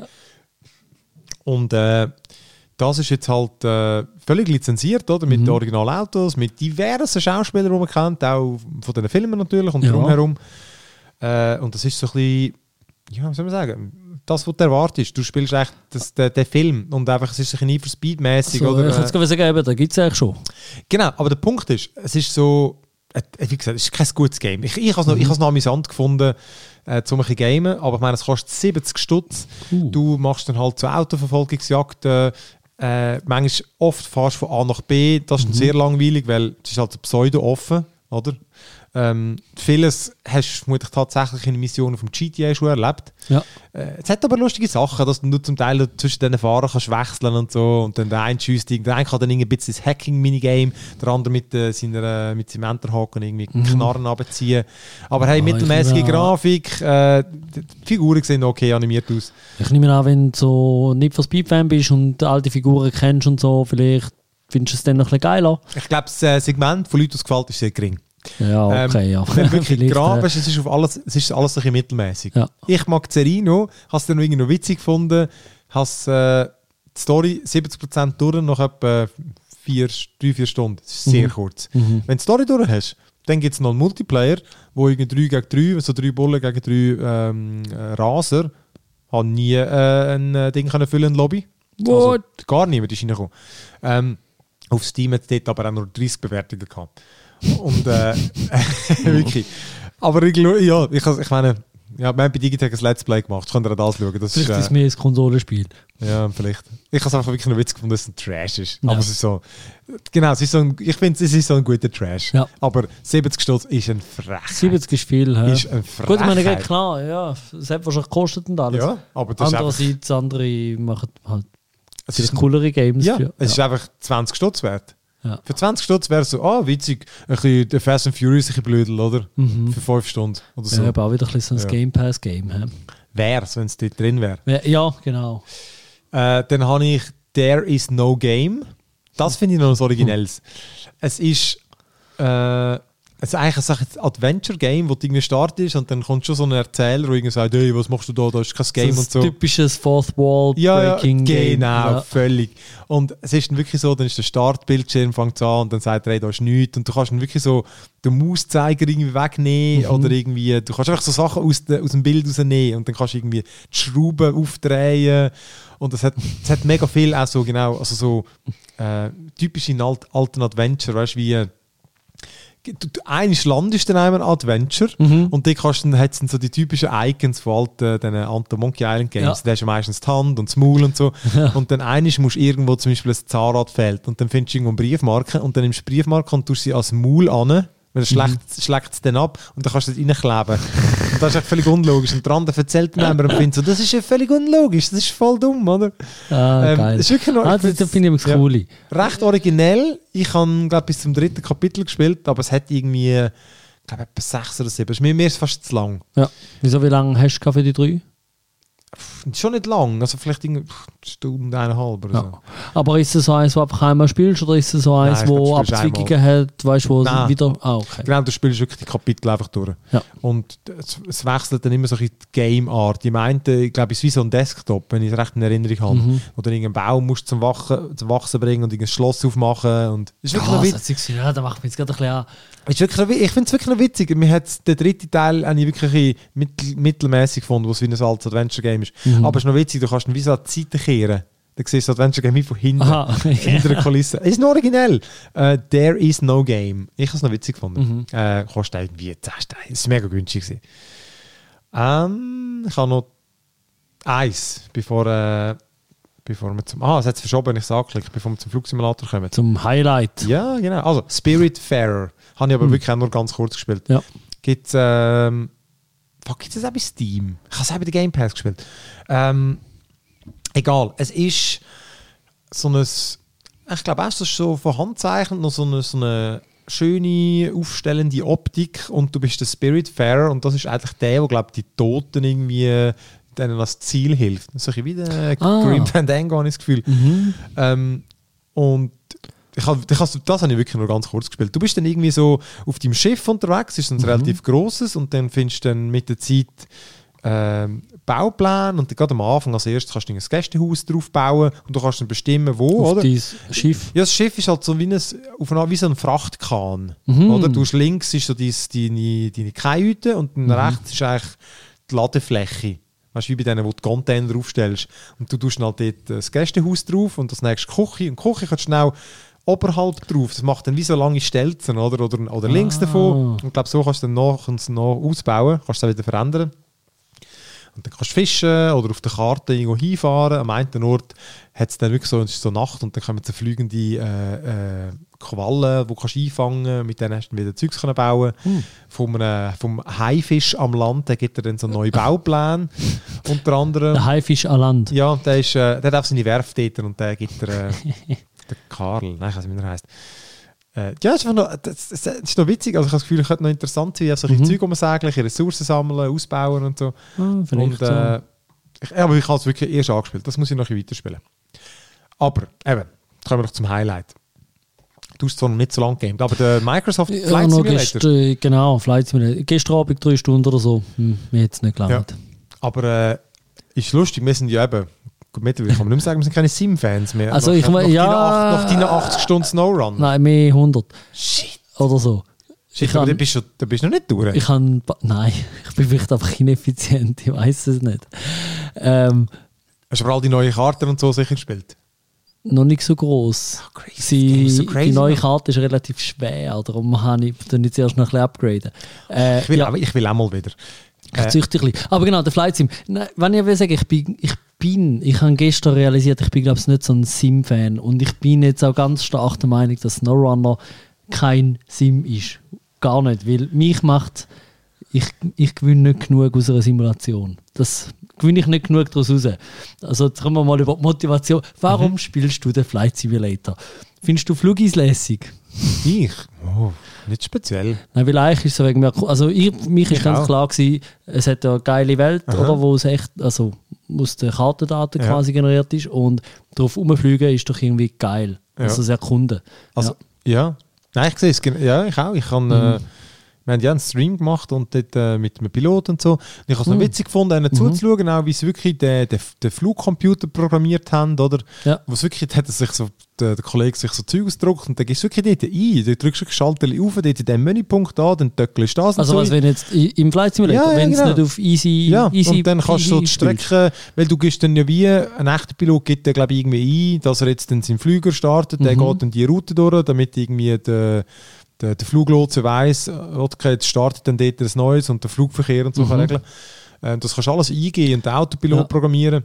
Und äh, das ist jetzt halt äh, völlig lizenziert, oder? Mit mhm. Originalautos, mit diversen Schauspielern, die man kennt, auch von den Filmen natürlich und ja. drumherum. Äh, und das ist so ein bisschen, ja, was soll man sagen, das, was du erwartest. Du spielst echt das, den, den Film und einfach, es ist ein bisschen Need for Speed-mäßig. So, oder? Ich kann es sagen, da gibt es eigentlich schon. Genau, aber der Punkt ist, es ist so, äh, wie gesagt, es ist kein gutes Game. Ich, ich habe es noch, mhm. noch amüsant gefunden, äh, zum ein bisschen gamen, aber ich meine, es kostet siebzig Stutz. Uh. Du machst dann halt so Autoverfolgungsjagden, Äh, manchmal oft fährst du von A nach B, das ist mhm. sehr langweilig, weil es ist halt so pseudo-offen, oder? Ähm, vieles hast du vermutlich tatsächlich in Missionen vom G T A schon erlebt. Ja. Äh, es hat aber lustige Sachen, dass du zum Teil zwischen diesen Fahrern kannst wechseln und so und dann der eine schießt, der eine kann dann ein bisschen das Hacking-Minigame, der andere mit, äh, seiner, mit seinem Enterhaken irgendwie mhm. Knarren runterziehen. Aber hey, oh, mittelmäßige Grafik, äh, die Figuren sehen okay animiert aus. Ich nehme an, wenn du so nicht von Speed-Fan bist und alte Figuren kennst und so, vielleicht findest du es dann noch ein bisschen geiler. Ich glaube, das äh, Segment von Leuten, das gefällt, ist sehr gering. Ja, okay, ähm, ja. Wenn du wirklich grabst, es ist auf alles, es ist alles ein bisschen mittelmäßig. Ja. Ich mag die Serie noch, habe es dann noch irgendwie noch witzig gefunden, habe äh, die Story siebzig Prozent durch, nach etwa vier, drei, vier Stunden. Das ist sehr mhm. kurz. Mhm. Wenn du die Story durch hast, dann gibt es noch einen Multiplayer, wo irgendwie drei gegen drei, so drei Bullen gegen drei ähm, Raser, habe nie äh, ein Ding können füllen, ein Lobby. Also, gar niemand ist reingekommen. Ähm, auf Steam hat es dort aber auch nur dreißig Bewertungen gehabt. Und äh, wirklich. Aber ich, ja, ich, ich meine, ja, wir haben bei Digitech ein Let's Play gemacht. Könnt ihr das schauen? Das vielleicht ist, äh, ist mir ein Konsolenspiel. Ja, vielleicht. Ich habe es einfach wirklich noch witzig gefunden, dass es ein Trash ist. Ja. Aber es ist so, genau, es ist so ein, ich finde, es ist so ein guter Trash. Ja. Aber siebzig Stutz ist ein Frechheit. siebzig ist viel. Ja. Ist ein Frechheit. Gut, ich meine, geht klar, ja, es hat wahrscheinlich gekostet und alles. Ja, aber das andererseits, ist andere machen halt es ist coolere Games. Ja, für, es ja. ist einfach zwanzig Stutz wert. Ja. Für zwanzig Stutz wäre es so, ah, witzig, ein bisschen der Fast and Furious, ein bisschen Blödel, oder? Mhm. Für fünf Stunden oder so. Ja, aber auch wieder ein bisschen so ein ja. Game Pass-Game. Wäre es, wenn es dort drin wäre. Ja, genau. Äh, dann habe ich There is no game. Das finde ich noch was Originelles. Hm. Es ist äh, es ist eigentlich ein Adventure-Game, wo du irgendwie startest und dann kommt schon so ein Erzähler, der irgendwie sagt, hey, was machst du da, da ist kein Game so und so. Typisches Fourth-Wall-Breaking ja, ja, Game. Genau, ja. völlig. Und es ist dann wirklich so, dann ist der Startbildschirm fängt an und dann sagt er, hey, da ist nichts und du kannst dann wirklich so den Mauszeiger irgendwie wegnehmen mhm. oder irgendwie, du kannst einfach so Sachen aus, de, aus dem Bild rausnehmen und dann kannst du irgendwie die Schrauben aufdrehen und es hat, es hat mega viel auch so, genau, also so äh, typische alt, alten Adventure, weißt du, wie Du, du, eines landest dann einmal ein Adventure mhm. und dort kannst dann, hat es dann so die typischen Icons von alten den alten Monkey Island Games. Ja. Da hast du meistens die Hand und das Maul und so. Ja. Und dann eines musst du irgendwo zum Beispiel ein Zahnrad fehlt und dann findest du irgendwo eine Briefmarke und dann nimmst du die Briefmarke und tust sie als Maul an. Weil es schlägt, mhm. schlägt es dann ab und dann kannst du es reinkleben. Und das ist echt völlig unlogisch. Und der andere erzählt mir und findet so, das ist ja völlig unlogisch, das ist voll dumm, oder? Ah, ähm, geil. Das ist wirklich noch, ah, das, das finde ich immer cool. Ja, recht originell. Ich habe, glaube bis zum dritten Kapitel gespielt, aber es hat irgendwie, ich glaube, etwa sechs oder sieben. Mir, mir ist es fast zu lang. Ja. Wieso, wie lange hast du für die drei? Schon nicht lang, also vielleicht eine Stunde, eineinhalb oder ja. so. Aber ist es so eins, wo du einfach einmal spielst oder ist es so eins, Nein, wo Abzweigungen hat, weißt du, wo Nein. wieder... Ah, okay. Genau, du spielst wirklich die Kapitel einfach durch. Ja. Und es, es wechselt dann immer so ein bisschen die Game-Art. Ich meinte, ich glaube, es ist wie so ein Desktop, wenn ich es recht in Erinnerung habe, mhm. wo du irgendeinen Baum musst zum, Wachen, zum Wachsen bringen und ein Schloss aufmachen. Und ist wirklich ja, noch witzig. Ja, da macht mich jetzt gerade ein bisschen an. Ist wirklich noch, ich finde es wirklich noch witzig. Mir hat den dritten Teil habe ich wirklich mittel, mittelmäßig gefunden, was wie ein altes Adventure-Game ist. Mhm. Aber es ist noch witzig, du kannst wie so an die Seite kehren. Dann siehst du das Adventure-Game wie von hinten. Aha, okay. Hinter der Kulisse. Es ist noch originell. Uh, There is no game. Ich habe es noch witzig gefunden. Mhm. Uh, kostet irgendwie zehn Steine. Es war mega günstig. Um, ich habe noch eins, bevor, uh, bevor wir zum... Ah, es hat es verschoben, ich sage gleich, bevor wir zum Flugsimulator kommen. Zum Highlight. Ja, genau. Also, Spiritfarer. Habe ich aber mhm. wirklich auch nur ganz kurz gespielt. Ja. Gibt es... Ähm, gibt es auch bei Steam? Ich habe es auch bei der Game Pass gespielt. Ähm, egal. Es ist so ein... Ich glaube, erst ist so von Hand zeichnet, noch so eine, so eine schöne, aufstellende Optik und du bist der Spiritfarer und das ist eigentlich der, der, glaube ich, die Toten irgendwie denen als Ziel hilft. So ein bisschen wie der ah. Grim Fandango, habe ich das Gefühl. Mhm. Ähm, und Ich hab, ich hab, das habe ich wirklich nur ganz kurz gespielt. Du bist dann irgendwie so auf deinem Schiff unterwegs, ist ein mhm. relativ grosses und dann findest du dann mit der Zeit ähm, Baupläne und dann gerade am Anfang als erstes kannst du ein Gästehaus drauf bauen und du kannst dann bestimmen, wo, auf oder? Dein Schiff? Ja, das Schiff ist halt so wie, ein, auf eine, wie so ein Frachtkahn, mhm. oder? Du hast links ist so dein, deine, deine Kajüte und dann mhm. rechts ist eigentlich die Ladefläche. Weißt du, wie bei denen, wo du Container aufstellst. Und du tust dann halt dort das Gästehaus drauf und das nächste Küche. Und die Küche kannst du schnell oberhalb drauf. Das macht dann wie so lange Stelzen, oder? Oder, oder links ah. davon. Und ich glaube, so kannst du dann noch, noch ausbauen. Kannst du dann wieder verändern. Und dann kannst du fischen oder auf der Karte irgendwo hinfahren. Am einen Ort hat es dann wirklich so, es ist so Nacht und dann kommen so fliegende äh, äh, Quallen, die du einfangen kannst. Mit denen hast du dann wieder Zeugs bauen. Hm. Vom, äh, vom Haifisch am Land, der gibt dir dann so neue Baupläne. Unter anderem. Der Haifisch am Land? Ja, der, ist, äh, der hat auch seine Werft dort und der gibt dir... Äh, der Karl, nein, ich weiß nicht, wie er heisst. Äh, ja, das ist, noch, das, das ist noch witzig. Also ich habe das Gefühl, es könnte noch interessant sein, solche mhm. Zeug umsägliche Ressourcen sammeln, ausbauen und so. Ah, vielleicht und, äh, so. Ich, aber ich habe es wirklich erst angespielt. Das muss ich noch ein bisschen weiterspielen. Aber, eben, kommen wir noch zum Highlight. Du hast zwar noch nicht so lange gegamed, aber der Microsoft ja, Flight Simulator. Gestern, genau, Flight Simulator. Gestern Abend drei Stunden oder so. Hm, mir hat es nicht gelangt. Ja. Aber äh, ist lustig, wir sind ja eben... Mittlerweile kann man nicht mehr sagen, wir sind keine Sim-Fans mehr. Also nach, ich meine, ja... Nach deinen achtzig Stunden Snowrun. Nein, mehr hundert. Shit. Oder so. Shit, aber da bist du, da bist du noch nicht durch. Ich kann... Nein, ich bin vielleicht einfach ineffizient, ich weiß es nicht. Ähm, Hast du aber all die neuen Karten und so sicher gespielt? Noch nicht so gross. Oh, crazy. Sie, So crazy, die neue man. Karte ist relativ schwer, darum habe ich dann jetzt erst noch ein bisschen upgraden. Äh, Ich will, ja, auch, ich will auch mal wieder. ich züchte ein bisschen. Aber genau, der Flight Sim. Nein, wenn ich will sagen, ich bin, ich bin, ich habe gestern realisiert, ich bin glaube ich nicht so ein Sim-Fan und ich bin jetzt auch ganz stark der Meinung, dass SnowRunner kein Sim ist. Gar nicht, weil mich macht, ich, ich gewinne nicht genug aus einer Simulation. Das gewinne ich nicht genug daraus raus. Also jetzt kommen wir mal über die Motivation. Warum mhm. spielst du den Flight Simulator? Findest du Flugis lässig? Ich? Oh, nicht speziell. Nein, weil eigentlich ist es so wegen mir, also ich, mich ist ganz auch. klar gewesen, es hat ja eine geile Welt, Aha. oder, wo es echt, also aus den Kartendaten Ja. quasi generiert ist und drauf rumfliegen ist doch irgendwie geil. Ja. Also das erkunden. Also, ja. Nein, ich sehe es, gen- ja, ich auch. Ich kann, Mhm. äh, wir haben ja einen Stream gemacht und dort äh, mit einem Pilot und so. Und ich habe es noch Mhm. witzig gefunden, ihnen zuzuschauen, auch wie sie wirklich den, den, den Flugcomputer programmiert haben, oder? Ja. Wo es wirklich, hat er sich so, der, der Kollege sich so Zeug ausgedruckt und dann gehst du wirklich dort ein. Du drückst einen Schalter auf, dort in den Menüpunkt an, dann töckelst du das Also und was, so. wenn jetzt i- im Flight Simulator, Ja, ja, wenn es genau. nicht auf easy, Ja, easy und dann kannst du so die easy spielst. Strecke, weil du gehst dann ja wie, ein echter Pilot gibt dann glaube ich irgendwie ein, dass er jetzt dann seinen Flüger startet, der Mhm. geht dann die Route durch, damit irgendwie der, der, der Fluglotse weiss, okay, jetzt startet dann dort ein Neues und der Flugverkehr und so Mhm. kann regeln. Ähm, das kannst du alles eingehen und den Autopilot Ja. programmieren.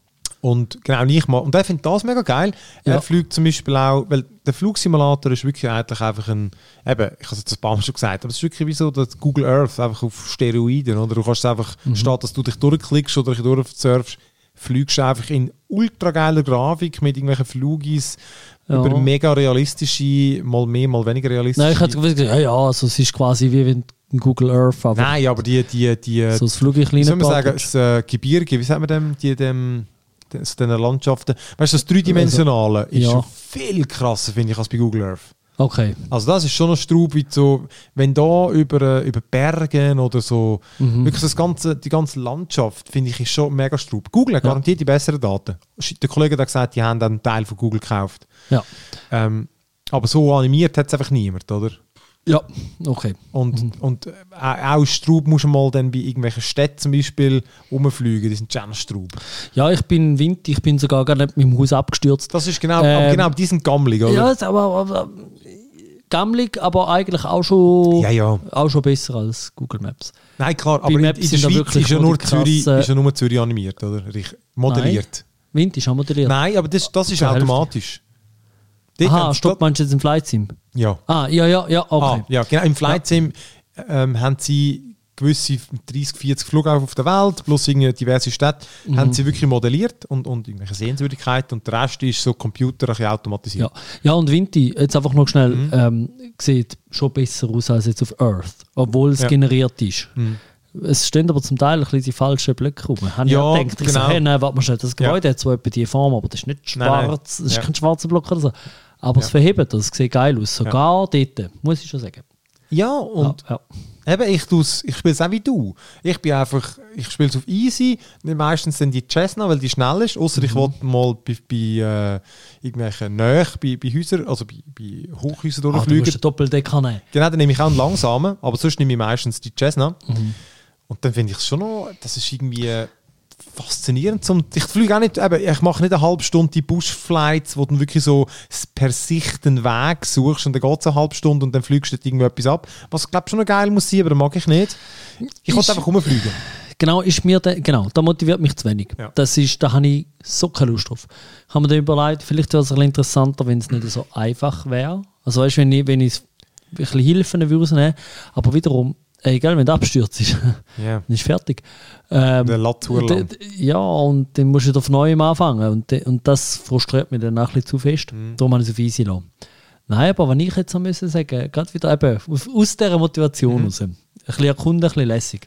Und genau, nicht mal. Und er findet das mega geil. Ja. Er fliegt zum Beispiel auch, weil der Flugsimulator ist wirklich eigentlich einfach ein, eben, ich habe es jetzt ein paar Mal schon gesagt, aber es ist wirklich wie so das Google Earth, einfach auf Steroiden, oder? Du kannst es einfach, Mhm. statt dass du dich durchklickst oder dich durchsurfst, fliegst du einfach in ultra geiler Grafik mit irgendwelchen Flugis Ja. über mega realistische, mal mehr, mal weniger realistische. Nein, ich hätte gesagt, ja, ja, also es ist quasi wie wenn Google Earth, aber Nein, aber die, die, die, so das Flugzeug wie kleine soll man sagen, Package. das äh, Gebirge, wie sagt man dem, die, dem, das, den Landschaften, weißt du, das Dreidimensionale ist ja. schon viel krasser, finde ich, als bei Google Earth. Okay. Also das ist schon ein Straub, wie so, wenn da über, äh, über Bergen oder so, Mhm. wirklich das ganze, die ganze Landschaft, finde ich, ist schon mega Straub. Google hat Ja. garantiert die besseren Daten. Der Kollege hat gesagt, die haben dann einen Teil von Google gekauft. Ja. Ähm, aber so animiert hat es einfach niemand, oder? Ja, okay. Und, Mhm. und äh, auch Straub muss man mal dann bei irgendwelchen Städten zum Beispiel rumfliegen, die sind schon Straub. Ja, ich bin Wind, ich bin sogar gar nicht mit dem Haus abgestürzt. Das ist genau, Ähm, aber genau, die sind gammelig, oder? Ja, ist aber, aber gammelig, aber eigentlich auch schon, ja. ja. auch schon besser als Google Maps. Nein, klar, Bei aber in, Maps in der sind da Schweiz wirklich ist ja, nur nur die Zürich, krassen- ist ja nur Zürich animiert, oder? Richtig. Modelliert. Wind ist auch modelliert. Nein, aber das, das ist Zur Hälfte. automatisch. Dort Aha, haben sie stopp, das- meinst du jetzt im Flight Sim? Ja. Ah, ja, ja, ja, okay. Ah, ja, genau. Im Flight Sim ähm, haben sie gewisse dreißig, vierzig Flughäfen auf der Welt, plus irgendwie diverse Städte, Mhm. haben sie wirklich modelliert und, und irgendwelche Sehenswürdigkeiten und der Rest ist so Computer ein bisschen automatisiert. Ja. ja, und Vinti, jetzt einfach noch schnell, Mhm. ähm, sieht schon besser aus als jetzt auf Earth, obwohl es Ja. generiert ist. Mhm. Es stehen aber zum Teil ein bisschen die falschen Blöcke rum. Habe ich Ja, auch gedacht, ich so, genau. hey, nein, warte mal schnell, das Gebäude hat zwar etwa die Form, aber das ist nicht Nein, nein. schwarz, das ist Ja. kein schwarzer Block oder so. Aber Ja. es verhebt, das sieht geil aus. Sogar dort, muss ich schon sagen. Ja, und ja, ja. eben, ich, tu's- ich spiele es auch wie du. Ich bin einfach, ich spiele es auf easy, nicht meistens dann die Cessna, weil die schnell ist, außer ich Mhm. will mal bei, bei äh, irgendwelchen Nähe, bei, bei Häusern, also bei, bei Hochhäusern Ah, du durchfliegen. musst einen Doppeldecker nehmen. Genau, dann nehme ich auch einen langsamen, aber sonst nehme ich meistens die Cessna. Mhm. Und dann finde ich es schon noch, das ist irgendwie äh, faszinierend. Zum, ich fliege auch nicht, eben, ich mache nicht eine halbe Stunde die Buschflights, wo du wirklich so per Sicht einen Weg suchst und dann geht es eine halbe Stunde und dann fliegst du dort irgendwo etwas ab. Was ich glaube schon noch geil muss sein, aber das mag ich nicht. Ich wollte Ist- einfach rumfliegen. Genau, ist mir de, genau, da motiviert mich zu wenig. Ja. Das ist, da habe ich so keine Lust drauf. Ich habe mir dann überlegt, vielleicht wäre es ein bisschen interessanter, wenn es nicht so einfach wäre. Also weißt du, wenn ich, wenn ich ein bisschen Hilfen würde rausnehmen, aber wiederum, äh, egal, wenn du abstürzt ist, Ja. dann ist fertig. Ähm, Der Latz und, lang. d- ja, und dann musst du wieder auf Neuem anfangen. Und, de, und das frustriert mich dann auch ein bisschen zu fest. Mhm. Darum habe ich es auf easy lassen. Nein, aber wenn ich jetzt so müssen sagen, gerade wieder eben aus, aus dieser Motivation Mhm. raus, ein bisschen erkunden, ein bisschen lässig.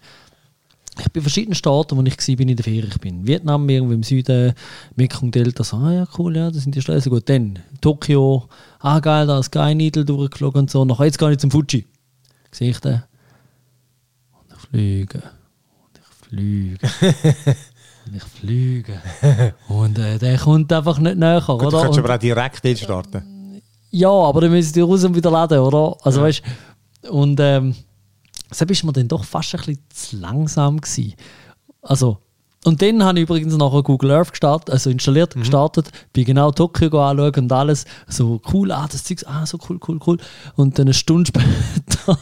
Ich bin in verschiedenen Staaten, wo ich war, bin in der Ferien. Ich bin Vietnam, irgendwo im Süden, Mekong Delta, so, ah ja, cool, ja, das sind die Straßen gut. Dann Tokio, ah geil, da ist Sky Needle durchgeflogen und so. Nachher jetzt gehe ich zum Fuji. Sehe ich den? Und ich fliege. Und ich fliege. und ich fliege. Und äh, der kommt einfach nicht näher, Gut, du oder? kannst Und, aber auch direkt dort starten. ja, aber dann müssen die raus und wieder laden, oder? Also Ja. weißt und ähm, deshalb ist mir dann doch fast ein bisschen zu langsam gewesen. Also, Und dann habe ich übrigens nachher Google Earth gestartet, also installiert, mhm. gestartet, bin genau Tokio anschauen und alles. So cool, ah, das Zeug, ah, so cool, cool, cool. Und dann eine Stunde später,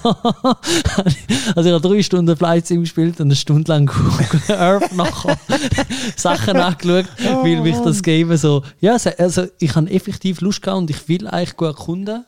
also ich habe drei Stunden Flight Sim gespielt und eine Stunde lang Google Earth nachher Sachen angeschaut, oh, weil mich das Game so, ja, also ich habe effektiv Lust gehabt und ich will eigentlich gut erkunden.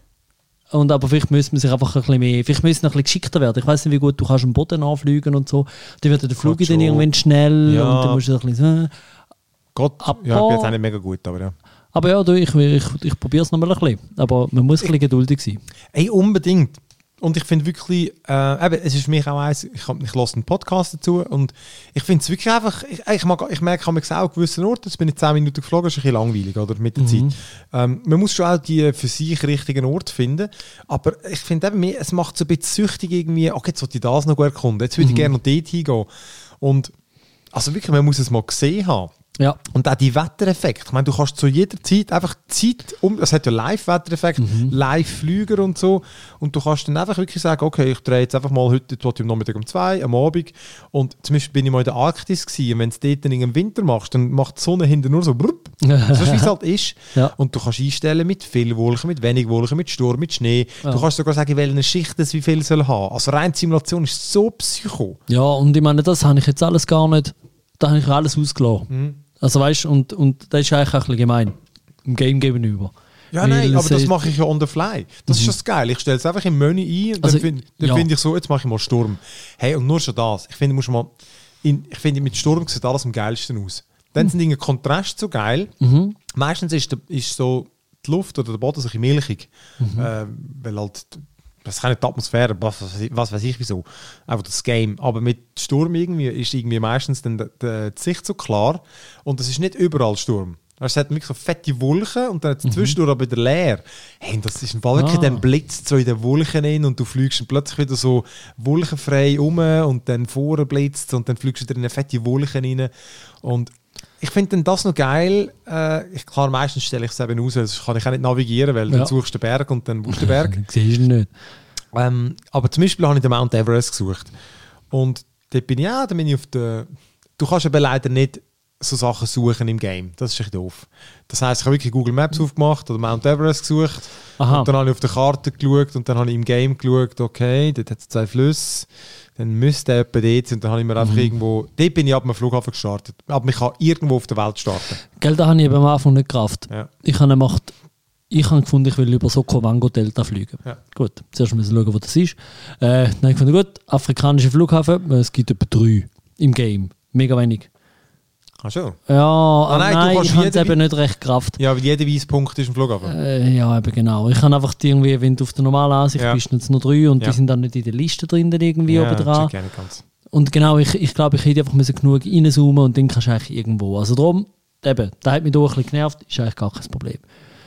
Und aber vielleicht müsste man sich einfach ein bisschen mehr, vielleicht müsste es noch ein bisschen geschickter werden. Ich weiß nicht, wie gut du kannst am Boden anfliegen und so. Dann wird der Flug dann irgendwann schnell ja. und dann musst du ein bisschen so. Gott, aber, ja, ich bin jetzt auch nicht mega gut, aber ja. Aber ja, du, ich, ich, ich probiere es nochmal ein bisschen. Aber man muss ein bisschen geduldig sein. Ey, unbedingt. Und ich finde wirklich, äh, eben, es ist für mich auch eins, ich, ich höre einen Podcast dazu und ich finde es wirklich einfach, ich, ich, mag, ich merke auch an gewissen Orten, jetzt bin ich zehn Minuten geflogen, das ist ein bisschen langweilig, oder, mit der mhm. Zeit. Ähm, man muss schon auch die für sich richtigen Ort finden, aber ich finde eben, es macht so ein bisschen süchtig irgendwie, okay, jetzt sollte ich das noch erkunden, jetzt würde ich mhm. gerne noch dort hingehen. Und also wirklich, man muss es mal gesehen haben. Ja. Und auch die Wettereffekte. Ich meine, du kannst zu jeder Zeit einfach Zeit um. Es hat ja Live-Wettereffekt, mhm. Live-Flüger und so. Und du kannst dann einfach wirklich sagen, okay, ich drehe jetzt einfach mal heute am Nachmittag um zwei, am Abend. Und zum Beispiel bin ich mal in der Arktis gewesen. Und wenn du es dort dann im Winter machst, dann macht die Sonne hinten nur so brupp. So wie es halt ist. Ja. Und du kannst einstellen mit viel Wolken, mit wenig Wolken, mit Sturm, mit Schnee. Ja. Du kannst sogar sagen, welche Schicht es wie viel soll haben. Also rein die Simulation ist so psycho. Ja, und ich meine, das habe ich jetzt alles gar nicht. Da habe ich alles ausgelassen. Mhm. Also weißt, und, und das ist eigentlich auch ein bisschen gemein, im Game gegenüber. Ja, Weil nein, aber das mache ich ja on the fly. Das mhm. ist das geil. Ich stelle es einfach im Menü ein und also, dann finde ja. find ich so, jetzt mache ich mal Sturm. Hey, und nur schon das. Ich finde, muss mal, in, ich finde, mit Sturm sieht alles am geilsten aus. Dann mhm. sind die Kontrast so geil. Mhm. Meistens ist, der, ist so die Luft oder der Boden so ein bisschen milchig. Mhm. Äh, weil halt... Das ist nicht die Atmosphäre, was, was weiß ich wieso. Einfach das Game. Aber mit Sturm irgendwie ist irgendwie meistens dann die, die, die Sicht so klar. Und es ist nicht überall Sturm. Es hat wirklich so fette Wolken und dann hat es mhm. zwischendurch aber wieder leer. Hey, das ist ein Fall wirklich, ah. dann blitzt so in den Wolken hin und du fliegst dann plötzlich wieder so wolkenfrei um und dann vorne blitzt und dann fliegst du wieder in eine fette Wolken rein. Und ich finde dann das noch geil. Äh, ich, klar, meistens stelle ich es eben aus, sonst kann ich auch nicht navigieren, weil ja. dann suchst du den Berg und dann buchst du den Berg. Siehst du nicht. Ähm, aber zum Beispiel habe ich den Mount Everest gesucht. Und dort bin ich auch, dann bin ich auf der... Du kannst eben leider nicht so Sachen suchen im Game. Das ist echt doof. Das heisst, ich habe wirklich Google Maps aufgemacht oder Mount Everest gesucht. Aha. Und dann habe ich auf der Karte geschaut und dann habe ich im Game geschaut, okay, dort hat es zwei Flüsse. Dann müsste er etwa dort sein. Und dann habe ich mir einfach mhm. irgendwo... Dort bin ich ab dem Flughafen gestartet. Aber ich kann irgendwo auf der Welt starten. Gell, da habe ich eben am Anfang nicht gerafft. Ja. Ich habe gemacht... Ich habe gefunden, ich will über Sokowango Delta fliegen. Ja. Gut, zuerst müssen wir schauen, wo das ist. Äh, dann habe ich gefunden, gut, afrikanischer Flughafen, es gibt etwa drei im Game. Mega wenig. Ach schon? Ja, ah, nein, nein ich habe es eben nicht recht gerafft. Ja, aber jeder Weißpunkt ist ein Flughafen. Äh, ja, eben genau. Ich habe einfach die irgendwie, wenn du auf der normalen Ansicht ja. bist, jetzt noch drei und ja. die sind dann nicht in der Liste drin irgendwie ja, oben dran. Ja, ganz. Und genau, ich, ich glaube, ich hätte einfach müssen genug reinzoomen und dann kannst du eigentlich irgendwo. Also darum, eben, da hat mich doch ein bisschen genervt, ist eigentlich gar kein Problem.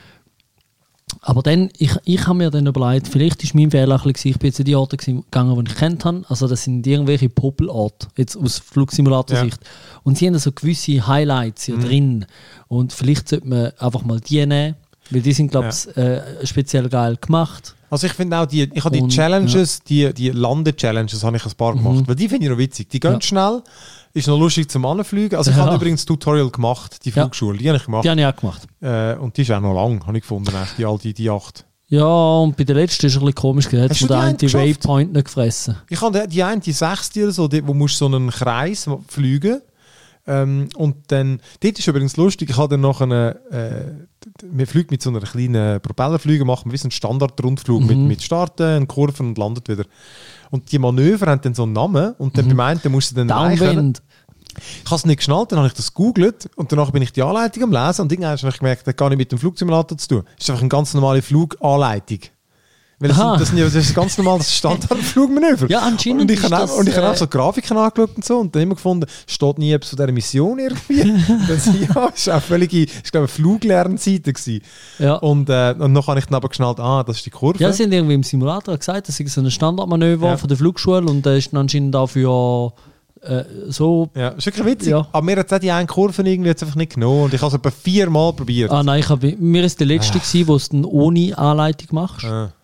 Aber dann, ich, ich habe mir dann überlegt, vielleicht war mein Fehler ein bisschen, ich bin jetzt in die Orte gegangen, die ich kennt habe. Also das sind irgendwelche Popelorte, jetzt aus Flugsimulator-Sicht. Ja. Und sie haben so gewisse Highlights hier mhm. drin. Und vielleicht sollte man einfach mal die nehmen, weil die sind, glaube ich, ja. äh, speziell geil gemacht. Also ich finde auch, die, ich habe die und, Challenges, ja. die, die Lande-Challenges habe ich ein paar gemacht, mhm. weil die finde ich noch witzig. Die gehen ja. schnell, ist noch lustig zum Anfliegen. Also ich ja. habe übrigens ein Tutorial gemacht, die Flugschule, ja. die habe ich gemacht. Die habe ich auch gemacht. Äh, und die ist auch noch lang, habe ich gefunden, die alte, die acht. Ja, und bei der letzten ist es ein bisschen komisch, da hat der eine Waypoint nicht gefressen. Ich habe die eine, die sechste oder so, wo musst du so einen Kreis fliegen. Ähm, und dann, dort ist übrigens lustig, ich habe dann noch eine, äh, man fliegt mit so einer kleinen Propellerflüge, macht man wie so einen Standard-Rundflug mhm. mit, mit Starten, Kurven und landet wieder. Und die Manöver haben dann so einen Namen und dann mhm. beim einen musst du dann Downwind. Ich habe es nicht geschnallt, dann habe ich das gegoogelt und danach bin ich die Anleitung am Lesen und irgendwann habe ich gemerkt, das hat gar nicht mit dem Flugsimulator zu tun. Das ist einfach eine ganz normale Fluganleitung. Weil das, sind, das, sind ja, das ist ein ganz normales Standardflugmanöver. Ja, anscheinend. Und ich habe auch, und ich habe auch so Grafiken angeschaut und so und dann immer gefunden, steht nie etwas von dieser Mission irgendwie. das, ja, das war auch völlig, ich glaube, eine Fluglernseite gewesen. Ja. Und, äh, und dann habe ich dann aber geschnallt, ah, das ist die Kurve. Ja, sie haben irgendwie im Simulator gesagt, das ist so ein Standardmanöver ja. von der Flugschule und da ist anscheinend dafür äh, so... Ja, ist wirklich witzig. Ja. Aber mir hat es die eine Kurve irgendwie jetzt einfach nicht genommen und ich habe es etwa viermal probiert. Ah nein, ich hab, mir ist der letzte, ah. gewesen, wo du es dann ohne Anleitung machst. Ah.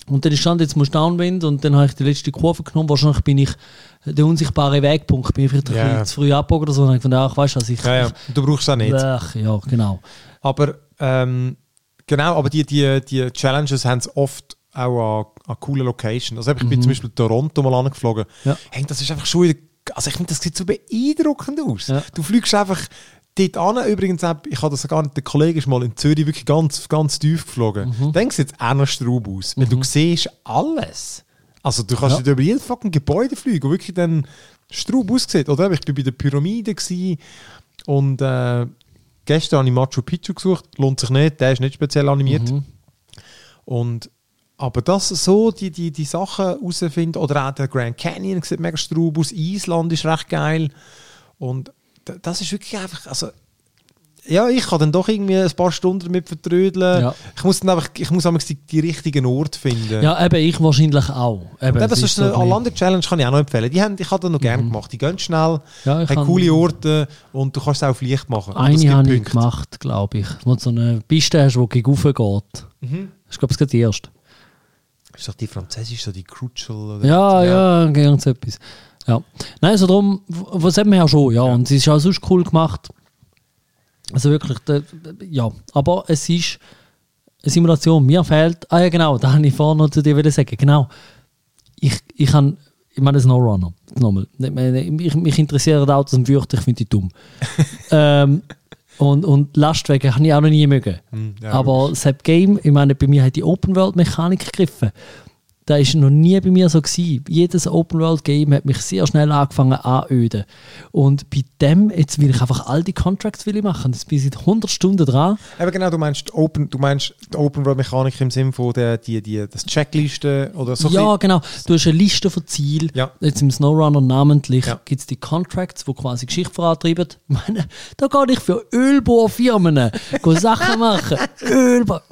Und dann stand jetzt musst du Downwind und dann habe ich die letzte Kurve genommen. Wahrscheinlich bin ich der unsichtbare Wegpunkt, bin ich vielleicht yeah. ein bisschen zu früh abgebogen oder so. Und ich fand, ach, weißt du, also ich, ja, ja. Du brauchst es auch nicht. Ach, ja, genau. Aber ähm, genau, aber die, die, die Challenges haben es oft auch an, an coolen Locations. Also ich mhm. bin zum Beispiel in Toronto mal angeflogen. Ja. Hey, das ist einfach schon wieder, also ich finde, das sieht so beeindruckend aus. Ja. Du fliegst einfach dort an. Übrigens, ich habe das gar nicht, der Kollege ist mal in Zürich wirklich ganz, ganz tief geflogen. Mhm. Dann sieht es auch noch Straub aus, weil mhm. du siehst alles. Also du kannst ja. über jedes fucking Gebäude fliegen, wo wirklich dann Straub aussieht. Oder ich war bei der Pyramide gewesen und äh, gestern habe ich Machu Picchu gesucht. Lohnt sich nicht, der ist nicht speziell animiert. Mhm. Und, aber das so, die, die, die Sachen herausfinden, oder auch der Grand Canyon sieht mega Straub aus, Island ist recht geil. Und das ist wirklich einfach, also ja, ich kann dann doch irgendwie ein paar Stunden damit vertrödeln. Ja. Ich muss dann einfach, ich muss einfach die, die richtigen Orte finden. Ja, eben, ich wahrscheinlich auch. Eben, das, das ist eine Orlando-Challenge, kann ich auch noch empfehlen. Die, haben, die habe ich noch mhm. gerne gemacht. Die gehen schnell, ja, haben coole Orte und du kannst es auch auf Licht machen. Eine habe ich gemacht, glaube ich. Wo du so eine Piste hast, die gegen rauf geht. Mhm. Ich glaube, es geht die erste. Ist doch die französische, so die Crucial? Oder ja, ja, ja, ganz etwas. Ja. Nein, also darum, was haben wir ja schon, ja. ja. Und es ist auch sonst cool gemacht. Also wirklich, de, de, ja. Aber es ist eine Simulation. Mir fehlt, ah ja genau, da habe ich vorhin noch zu dir sagen. Genau. Ich, ich habe, ich meine, SnowRunner. Nochmal. Mich, mich interessieren Autos und Würste, ich finde die dumm. ähm, und, und Lastwagen habe ich auch noch nie mögen. Hm, ja, aber das Game, ich meine, bei mir hat die Open-World-Mechanik gegriffen. Das war noch nie bei mir so gewesen. Jedes Open-World-Game hat mich sehr schnell angefangen anzuöden. Und bei dem, jetzt will ich einfach all die Contracts will ich machen. Jetzt bin ich seit hundert Stunden dran. Aber genau, du meinst Open, du meinst die Open-World-Mechanik im Sinne von der, die, die, das Checkliste oder so? Ja, genau. Du hast eine Liste von Zielen. Ja. Jetzt im SnowRunner namentlich ja. gibt es die Contracts, die quasi Geschichte vorantreiben. Ich meine, da gehe ich für Ölbohrfirmen Sachen machen. Ölbohr.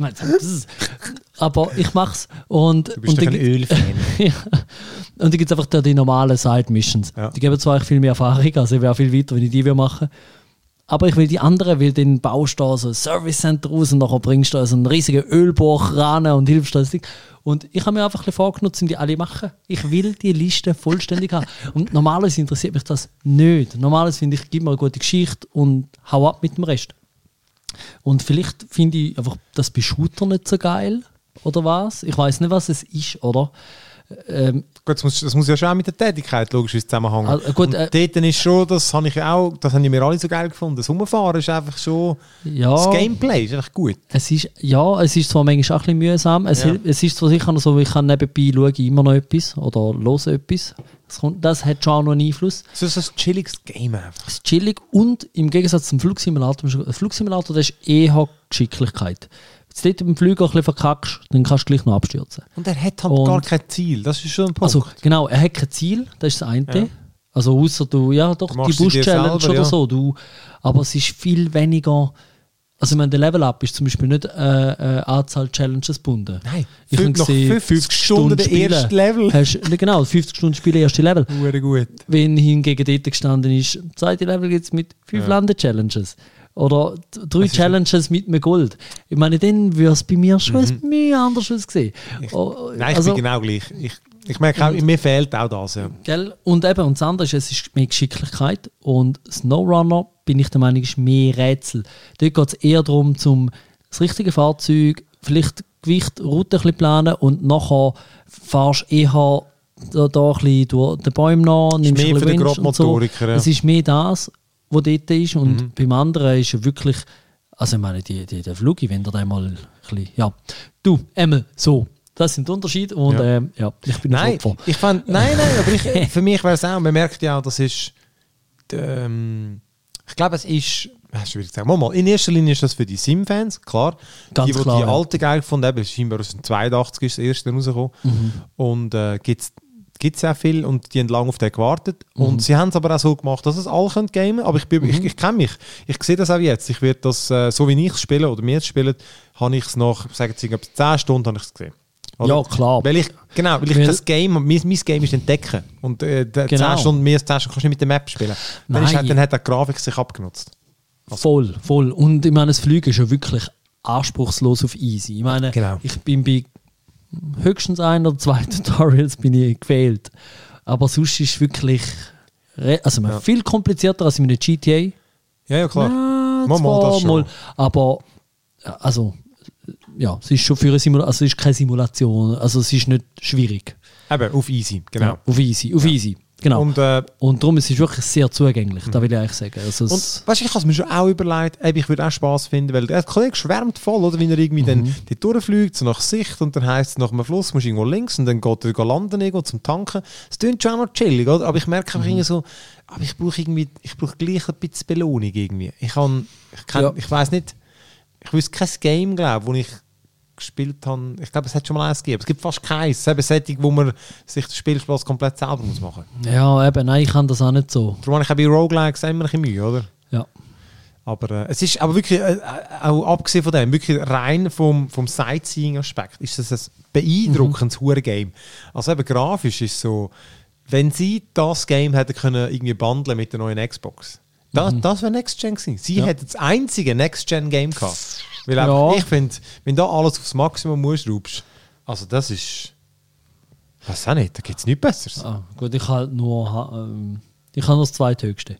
Aber ich mache es. Und, du bist und doch ein Ölfan. Ja. Und dann gibt es einfach die, die normalen Side-Missions. Ja. Die geben zwar viel mehr Erfahrung, also ich wäre viel weiter, wenn ich die machen würde. Aber ich will die anderen, weil dann baust du da so ein Service Center raus und nachher bringst du da so einen riesigen Ölbohr ran und hilfst das Ding. Und ich habe mir einfach ein bisschen vorgenommen, die alle machen. Ich will die Liste vollständig haben. Und normalerweise interessiert mich das nicht. Normalerweise finde ich, gib mir eine gute Geschichte und hau ab mit dem Rest. Und vielleicht finde ich einfach das bei Shooter nicht so geil. Oder was? Ich weiß nicht, was es ist, oder? Ähm, gut, das muss, das muss ja schon auch mit der Tätigkeit logischerweise zusammenhängen. Also, gut, äh, dort ist schon, das habe ich auch, das haben wir alle so geil gefunden. Das Rumfahren ist einfach schon, ja, das Gameplay ist einfach gut. Es ist, ja, es ist zwar manchmal auch ein bisschen mühsam. Es, ja. es ist zwar sicher noch so, ich kann nebenbei schaue immer noch etwas oder höre etwas. Das, kommt, das hat schon auch noch einen Einfluss. Es ist ein chilliges Game einfach. Es ist chillig und im Gegensatz zum Flugsimulator, ein Flugsimulator, das ist eher Geschicklichkeit. Wenn du dort im Flüger ein bisschen verkackst, dann kannst du gleich noch abstürzen. Und er hat halt und, gar kein Ziel, das ist schon ein Punkt. Also genau, er hat kein Ziel, das ist das eine. Ja. Also außer du, ja doch, du die Busch-Challenge oder ja. so. Du, aber es ist viel weniger, also ich meine, der Level-Up ist zum Beispiel nicht äh, äh, Anzahl Challenges gebunden. Nein, ich habe gesehen, fünfzig Stunden der erste Level. Hast, genau, fünfzig Stunden spielen, erste Level. Sehr gut. Wenn hingegen dort gestanden ist, das zweite Level gibt es mit fünf ja. Lande-Challenges. Oder drei Challenges mit einem Gold. Ich meine, dann würde es bei mir schon mhm. ein bisschen anders aussehen. Ich, oh, nein, ich also, bin genau gleich. Ich, ich merke auch, und, mir fehlt auch das. Ja. Gell? Und eben, und das andere ist, es ist mehr Geschicklichkeit. Und SnowRunner, bin ich der Meinung, ist mehr Rätsel. Dort geht es eher darum, zum das richtige Fahrzeug, vielleicht Gewicht, Route ein bisschen planen und nachher fahrst du eher da, da ein bisschen durch den Bäumen nach, nimmst mehr für den Grobmotoriker. So. Ja. Es ist mehr das, wo dort ist. Und mhm. beim anderen ist ja wirklich, also ich meine, die, die, der Flug, wenn der da mal ein bisschen, ja. Du, Emil, so, das sind die Unterschiede und ja, ähm, ja ich bin nein, ich fand, nein, nein, aber ich, für mich wäre es auch, man merkt ja auch, das ist, ähm, ich glaube, es ist, schwierig zu sagen, mal, in erster Linie ist das für die Sim-Fans, klar. Ganz die, die klar, die ja. alte geil gefunden haben, scheinbar aus dem zweiundachtzig ist das erste rausgekommen. Mhm. Und äh, gibt es gibt es sehr viel und die haben lange auf den gewartet. Mhm. Und sie haben es aber auch so gemacht, dass es alle können gamen. Aber ich, bin, mhm. ich, ich kenne mich. Ich sehe das auch jetzt. Ich werde das, äh, so wie ich es spiele oder wir es spielen, habe ich es nach, sagen Sie, zehn Stunden habe ich es gesehen. Oder? Ja, klar. Weil ich, genau, weil ich weil, das Game, mein, mein Game ist entdecken. Und äh, genau. zehn Stunden, mehr als zehn Stunden kannst du nicht mit der Map spielen. Dann, ist halt, dann hat die Grafik sich abgenutzt. Also. Voll, voll. Und ich meine, das Fliegen ist ja wirklich anspruchslos auf easy. Ich meine, genau. ich bin bei höchstens ein oder zwei Tutorials bin ich gefehlt. Aber sonst ist es wirklich re- also ja. viel komplizierter als in einem G T A. Ja, ja, klar. Ja, mal, mal das schon. Mal, aber also ja, es ist schon für eine Simulation, also es ist keine Simulation, also es ist nicht schwierig. Eben, auf easy, genau. Ja, auf easy, auf ja. easy. Genau. Und, äh, und darum ist es wirklich sehr zugänglich, mhm. da will ich eigentlich sagen. Also und weißt, ich habe es mir schon auch überlegt, ich würde auch Spass finden, weil der Kollege schwärmt voll, oder? Wenn er irgendwie mhm. dann dort durchfliegt, so nach Sicht, und dann heisst es nach einem Fluss, musst du irgendwo links, und dann geht er landen irgendwo zum Tanken. Das klingt schon auch noch chillig, oder? Aber ich merke einfach mhm. irgendwie so, aber ich brauche irgendwie, ich brauche gleich ein bisschen Belohnung irgendwie. Ich kann, ich, kann, ja. ich weiss nicht, ich wüsste kein Game, glaube wo ich gespielt habe. Ich glaube, es hat schon mal eins gegeben. Es gibt fast keins. Eben Setting, wo man sich den Spielspaß komplett selber muss machen muss. Ja, eben. Nein, ich kann das auch nicht so. Darum habe ich auch bei Roguelikes immer ein bisschen Mühe, oder? Ja. Aber äh, es ist aber wirklich, äh, auch abgesehen von dem, wirklich rein vom, vom Sightseeing-Aspekt, ist das ein beeindruckendes mhm. Game. Also eben grafisch ist so, wenn sie das Game hätten können irgendwie bundeln mit der neuen Xbox, das, mhm. das wäre Next-Gen gewesen. Sie ja. hätten das einzige Next-Gen-Game gehabt. Weil ja. ich finde, wenn da alles aufs Maximum ausschraubst, also das ist, ich weiß auch nicht, da gibt es nichts Besseres. Ah, gut, ich habe nur, ähm, ich habe nur das zweithöchste.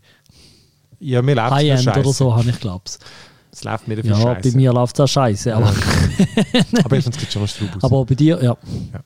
Ja, mir läuft es High-End oder so, habe ich glaube es. Es läuft mir dafür ja, scheiße. Bei mir läuft es auch scheiße. Aber, ja. aber ich finde, es gibt schon noch Straub aus. Aber bei dir, ja. ja.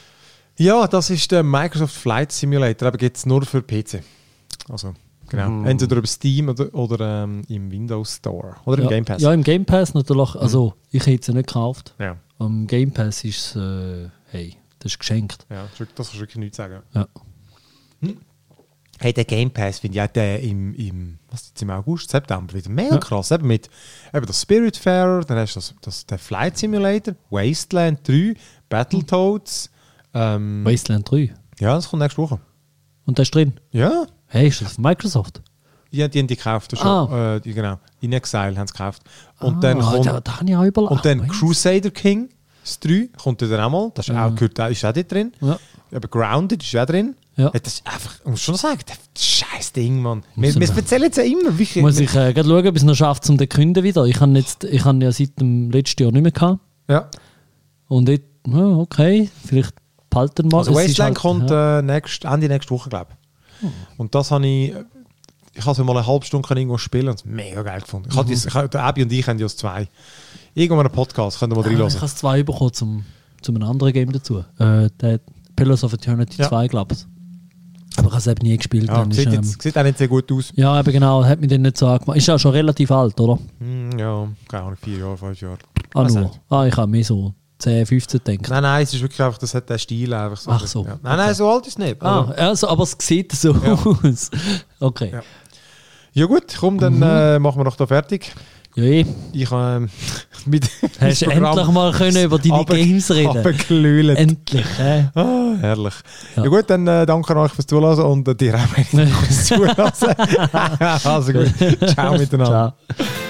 Ja, das ist der Microsoft Flight Simulator, aber gibt es nur für P C. Also, genau. Mm. Entweder über Steam oder, oder ähm, im Windows Store. Oder im ja. Game Pass. Ja, im Game Pass natürlich. Also, mm. ich hätte es ja nicht gekauft. Ja. Am Game Pass ist es, äh, hey, das ist geschenkt. Ja, das kannst du wirklich nichts sagen. Ja. Hm. Hey, der Game Pass finde ich auch der im, im, was jetzt im August, September wieder mega ja. krass. Eben mit eben das Spiritfarer, dann hast du das, das, der Flight Simulator, Wasteland drei, Battletoads. Ähm, Wasteland drei? Ja, das kommt nächste Woche. Und der ist drin? Ja. Hey, ist das von Microsoft? Ja, die haben die gekauft. Schon, ah. äh, die, genau. In Exile haben sie gekauft. Und ah, dann kommt, da, da habe ich auch überlegt. Und dann Crusader King, das drei, kommt dann auch mal. Das ist, ja. auch, gehört, ist auch dort drin. Ja. Aber Grounded ist auch drin. Ja. Das ist einfach, ich muss schon sagen, das scheiß Ding, Mann. Wir, wir erzählen es ja immer. Wirklich. Muss ich äh, schauen, ob es noch schafft, um den Kunden wieder. Ich habe ich hab ja seit dem letzten Jahr nicht mehr gehabt. Ja. Und jetzt, okay, vielleicht behalten wir mal. Also Wasteland halt, kommt ja. äh, nächst, Ende nächste Woche, glaube ich. Hm. Und das habe ich, ich habe es mal eine halbe Stunde irgendwo spielen und es mega geil gefunden. Ich mhm. das, ich, der Abi und ich haben ja das zwei. Irgendwann einen Podcast, könnt ihr mal reinhören. Ich habe es zwei bekommen zum, zum einem anderen Game dazu. Äh, der Pillars of Eternity ja. zwei, glaube ich. Aber ich habe es eben nie gespielt. Ja, sieht, ist, ähm, jetzt, sieht auch nicht sehr gut aus. Ja, eben genau, hat mich dann nicht so angemacht. Ist ja schon relativ alt, oder? Mm, ja, keine Ahnung, vier Jahre, fünf Jahre. Ah, nur. Ah, ich habe mir so zehn, fünfzehn gedacht. Nein, nein, es ist wirklich einfach, das hat den Stil einfach so. Ach so. Ja. Nein, nein, so alt ist es nicht. Ah, also, aber es sieht so ja. aus. Okay. Ja, ja gut, komm, dann mhm. äh, machen wir noch da fertig. Ja, eh. Ich habe ähm, mit Hast du endlich mal können über deine aber, Games reden? Endlich, hä? Ah, herrlich. Ja. ja gut, dann äh, danke euch fürs Zuhören und äh, dir auch fürs Zuhören. Also gut, ciao miteinander. Ciao.